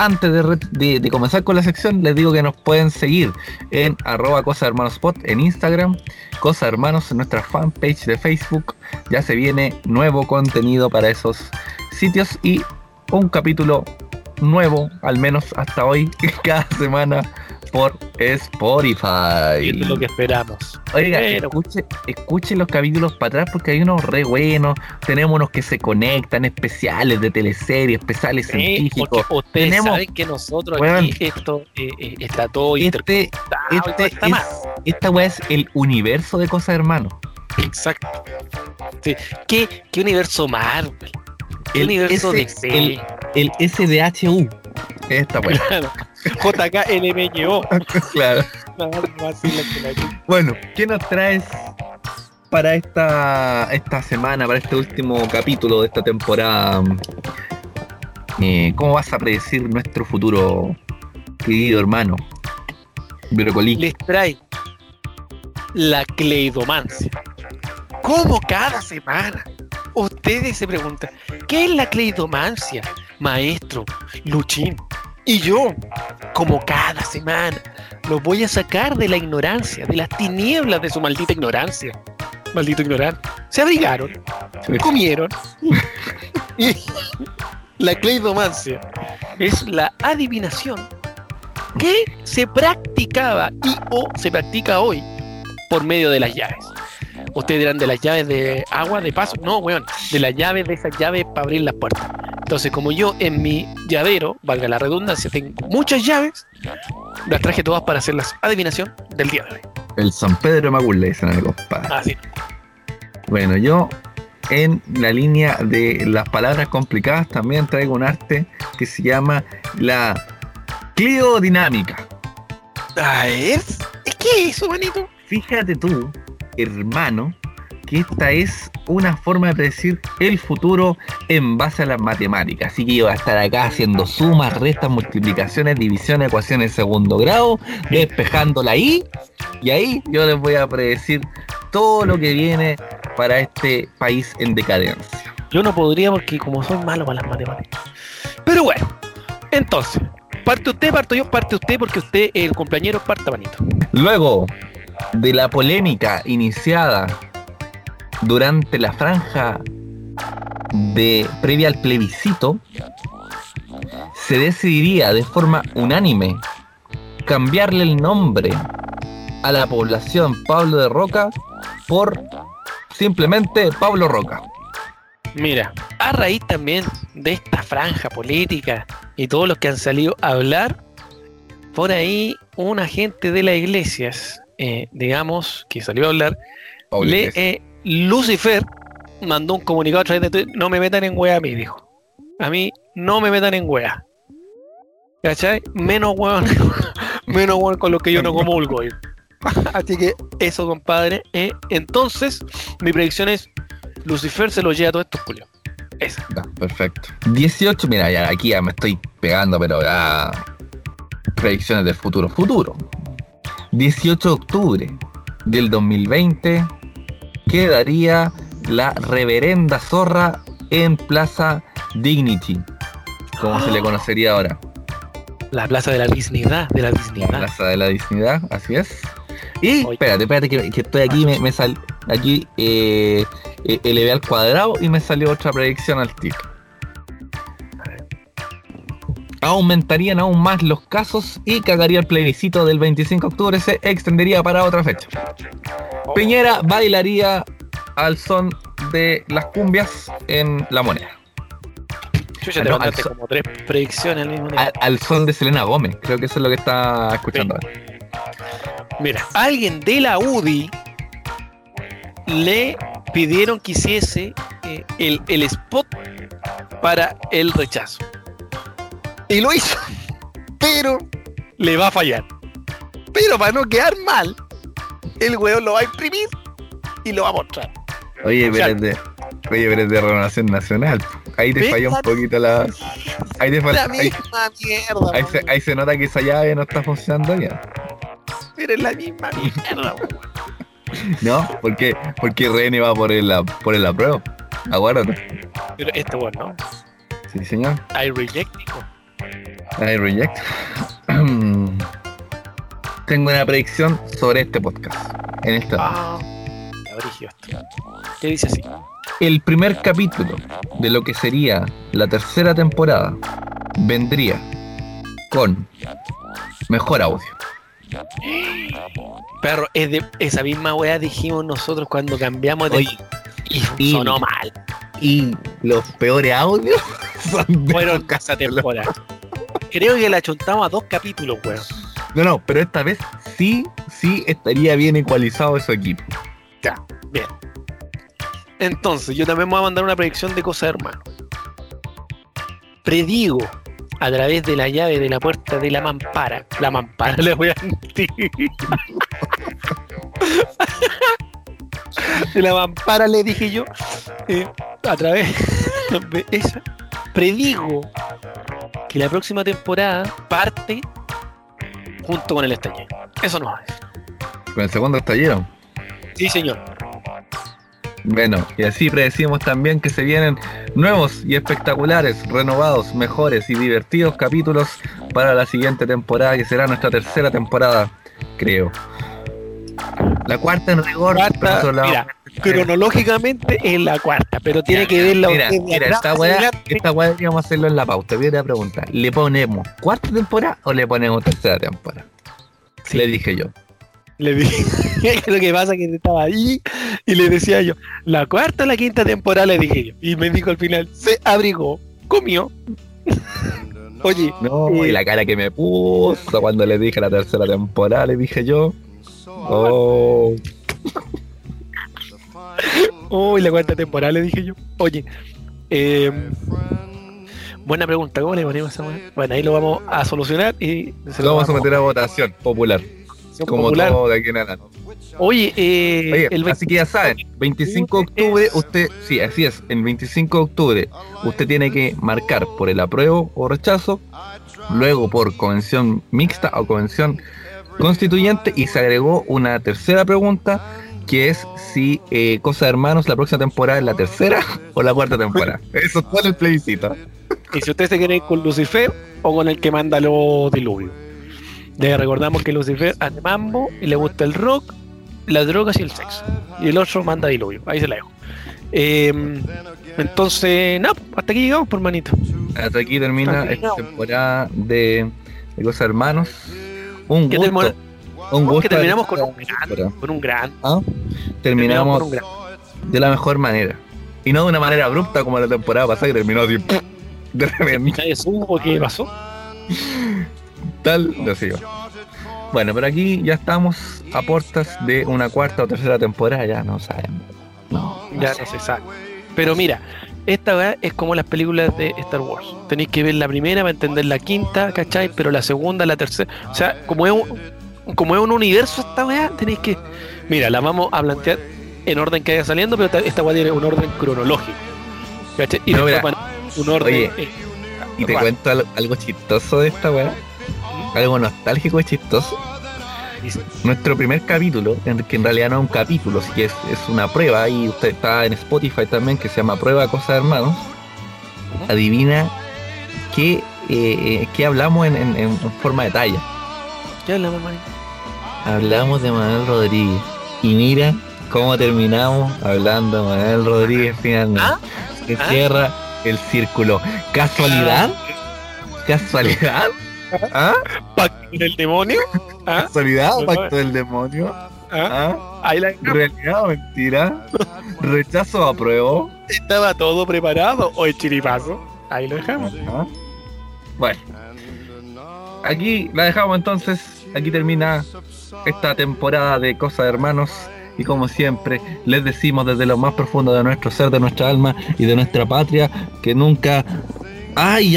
de comenzar con la sección, les digo que nos pueden seguir en @cosahermanospot en Instagram, Cosa Hermanos en nuestra fanpage de Facebook. Ya se viene nuevo contenido para esos sitios y un capítulo nuevo, al menos hasta hoy, cada semana por Spotify. Y esto es lo que esperamos. Oiga, Pero- escuchen los capítulos para atrás porque hay unos re buenos. Tenemos unos que se conectan, especiales de teleseries, especiales científicos. Porque ustedes Tenemos- saben que nosotros Weón. aquí esto está todo Este, está más. esta weá es el universo de Cosas Hermanos. Exacto. Sí. ¿Qué universo Marvel? ¿Qué El universo S- DC? El SDHU. Esta weá. JKLMNO. Claro. Bueno, ¿qué nos traes para esta semana, para este último capítulo de esta temporada? ¿Cómo vas a predecir nuestro futuro, querido hermano? Brocolí. Les trae la cleidomancia. ¿Cómo cada semana? Ustedes se preguntan, ¿qué es la cleidomancia, maestro Luchín? Y yo, como cada semana, los voy a sacar de la ignorancia, de las tinieblas de su maldita ignorancia. Maldito ignorante. Se abrigaron, comieron. Y la cleidomancia es la adivinación que se practicaba y o se practica hoy por medio de las llaves. Ustedes dirán de las llaves de agua, de paso. No, weón, de las llaves, de esas llaves para abrir las puertas. Entonces, como yo en mi llavero, valga la redundancia, tengo muchas llaves, las traje todas para hacer la adivinación del día de hoy. El San Pedro de Macul, le dicen a mi compadre. Así. Bueno, yo en la línea de las palabras complicadas también traigo un arte que se llama la cliodinamica. ¿Qué es eso, manito? Fíjate tú, hermano, que esta es una forma de predecir el futuro en base a las matemáticas. Así que yo voy a estar acá haciendo sumas, restas, multiplicaciones, divisiones, ecuaciones de segundo grado, despejando la I, y ahí yo les voy a predecir todo lo que viene para este país en decadencia. Yo no podría porque como soy malo para las matemáticas. Pero bueno, entonces, parte usted, parto yo, parte usted porque usted es el compañero, parta, manito. Luego de la polémica iniciada durante la franja previa al plebiscito, se decidiría de forma unánime cambiarle el nombre a la población Pablo de Roca por simplemente Pablo Roca. Mira, a raíz también de esta franja política y todos los que han salido a hablar, por ahí una gente de las iglesias, digamos, que salió a hablar, Pablo le Iglesias. Lucifer mandó un comunicado a través de Twitter: no me metan en wea a mí, dijo. A mí no me metan en wea. ¿Cachai? Menos weón, menos weón con lo que yo no comulgo. Así que eso, compadre. Entonces, mi predicción es: Lucifer se lo lleva a todos estos culios. Esa. Ya, perfecto. 18, mira, ya aquí ya me estoy pegando, pero ya. Predicciones del futuro. 18 de octubre del 2020 quedaría la reverenda zorra en Plaza Dignity, como se le conocería ahora. La plaza de la dignidad, La plaza de la dignidad, así es. Y Oye. espérate que estoy aquí, aquí elevé al cuadrado y me salió otra predicción al tiro. Aumentarían aún más los casos y cagaría el plebiscito del 25 de octubre, se extendería para otra fecha. Piñera bailaría al son de las cumbias en La Moneda. Chucha, te No, mandaste como 3 predicciones al mismo tiempo. Al son de Selena Gómez, creo que eso es lo que está escuchando ahora. Mira, alguien de la UDI le pidieron que hiciese el spot para el rechazo. Y lo hizo, pero le va a fallar. Pero para no quedar mal, el weón lo va a imprimir y lo va a mostrar. Oye, pero es de Renovación Nacional. Ahí te falló un poquito la... Ahí te La falló... misma mierda, Ahí se nota que esa llave no está funcionando bien. pero es la misma mierda, weón. No, porque René va por el apruebo. Aguárdate. Pero este weón no. Sí, señor. I reject, hijo. I reject. Tengo una predicción sobre este podcast. En esta. Abrigio esto. ¿Qué dice así? El primer capítulo de lo que sería la tercera temporada vendría con mejor audio. Perro, es de esa misma weá dijimos nosotros cuando cambiamos de... Oye, y sonó mal. Y los peores audios son de Fueron los casa capítulos. temporada. Creo que la chontamos a 2 capítulos, weón. No, pero esta vez sí estaría bien ecualizado su equipo. Ya, bien. Entonces, yo también me voy a mandar una predicción de cosas, hermano. Predigo a través de la llave de la puerta de la mampara. La mampara le voy a mentir. De la mampara le dije yo. A través de esa. Predigo que la próxima temporada parte junto con el estallido. Eso no es. Con el segundo estallido. Sí, señor. Bueno, y así predecimos también que se vienen nuevos y espectaculares, renovados, mejores y divertidos capítulos para la siguiente temporada, que será nuestra tercera temporada, creo. La cuarta en rigor. Mira, cronológicamente es la cuarta, pero tiene que verla usted de Mira, atrás esta weá deberíamos hacerlo en la pauta. Voy a preguntar, ¿le ponemos cuarta temporada o le ponemos tercera temporada? Sí. Le dije yo. Le dije, lo que pasa es que estaba ahí y le decía yo, la cuarta o la quinta temporada, le dije yo. Y me dijo al final, se abrigó, comió. Oye, No, y la cara que me puso cuando le dije la tercera temporada, le dije yo. Oh. uy, la cuarta temporada, le dije yo. Oye, buena pregunta, ¿cómo le ponemos a esa? Bueno, ahí lo vamos a solucionar y se Lo vamos a someter a votación popular. Como popular. todo de aquí en adelante. Oye, Oye, así que ya saben, 25 de octubre, usted, sí, así es, el 25 de octubre, usted tiene que marcar por el apruebo o rechazo, luego por convención mixta o convención constituyente, y se agregó una tercera pregunta, que es si Cosa de Hermanos, la próxima temporada es la tercera o la cuarta temporada. Eso es todo el plebiscito. Y si usted se quiere ir con Lucifer o con el que manda los diluvios. Le recordamos que Lucifer hace mambo y le gusta el rock, las drogas y el sexo. Y el otro manda diluvio. Ahí se la dejo. Entonces, nada, hasta aquí llegamos, por manito. Hasta aquí termina esta temporada de Cosa de Hermanos. Un Que gusto. Un gusto. que terminamos con un temporada. gran. Con un gran. ¿Ah? Terminamos con un gran. de la mejor manera. Y no de una manera abrupta como la temporada pasada, que terminó así de repente. Nadie supo qué pasó. Tal, lo sigo. Bueno, pero aquí ya estamos a puertas de una cuarta o tercera temporada, ya no sabemos. Ya no se sabe. Pero mira, esta weá es como las películas de Star Wars. Tenéis que ver la primera para entender la quinta, ¿cachai? Pero la segunda, la tercera. O sea, como es un universo esta weá, tenéis que. Mira, la vamos a plantear en orden que vaya saliendo, pero esta weá tiene un orden cronológico. ¿Cachai? Y No, después un orden. Oye, y te cuento algo chistoso de esta weá. Algo nostálgico y chistoso. Nuestro primer capítulo, que en realidad no es un capítulo, sí que es una prueba, y usted está en Spotify también, que se llama Prueba Cosas de Hermanos. Adivina qué hablamos en forma de talla. ¿Qué hablamos, man? Hablamos de Manuel Rodríguez. Y mira cómo terminamos hablando de Manuel Rodríguez finalmente. Se cierra el círculo. ¿Casualidad? ¿Casualidad? ¿Ah? ¿Pacto del demonio? ¿Ah? ¿Casualidad o pacto del demonio? ¿Ah? Ahí la... ¿Realidad o mentira? ¿Rechazo o apruebo? ¿Estaba todo preparado o el chiripazo? Ahí lo dejamos. ¿Ah? Bueno, aquí la dejamos entonces. Aquí termina esta temporada de Cosas de Hermanos. Y como siempre, les decimos desde lo más profundo de nuestro ser, de nuestra alma y de nuestra patria, que nunca... ¡Ay!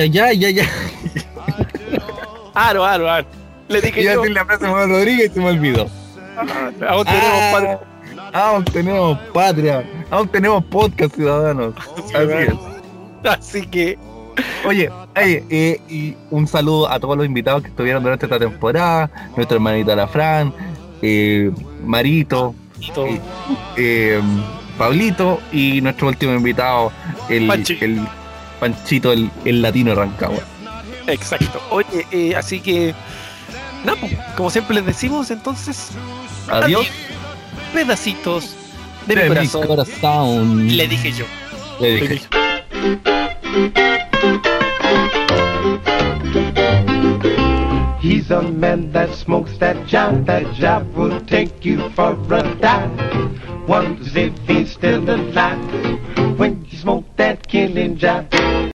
Aro. Le dije iba a yo. decir la frase de Manuel Rodríguez y se me olvidó. Aún tenemos padre. Aún tenemos patria. Aún tenemos podcast, ciudadanos. Así es. Así que... Oye, y un saludo a todos los invitados que estuvieron durante esta temporada. Nuestra hermanita la Fran, Marito, Pablito y nuestro último invitado, el Panchito, el latino de Rancagua. Exacto. Oye, así que nada, como siempre les decimos, entonces adiós, pedacitos de mi corazón. Le dije yo. He's a man that smokes that job will take you for a dive. Wonders if he's still alive when you smoke that killing job.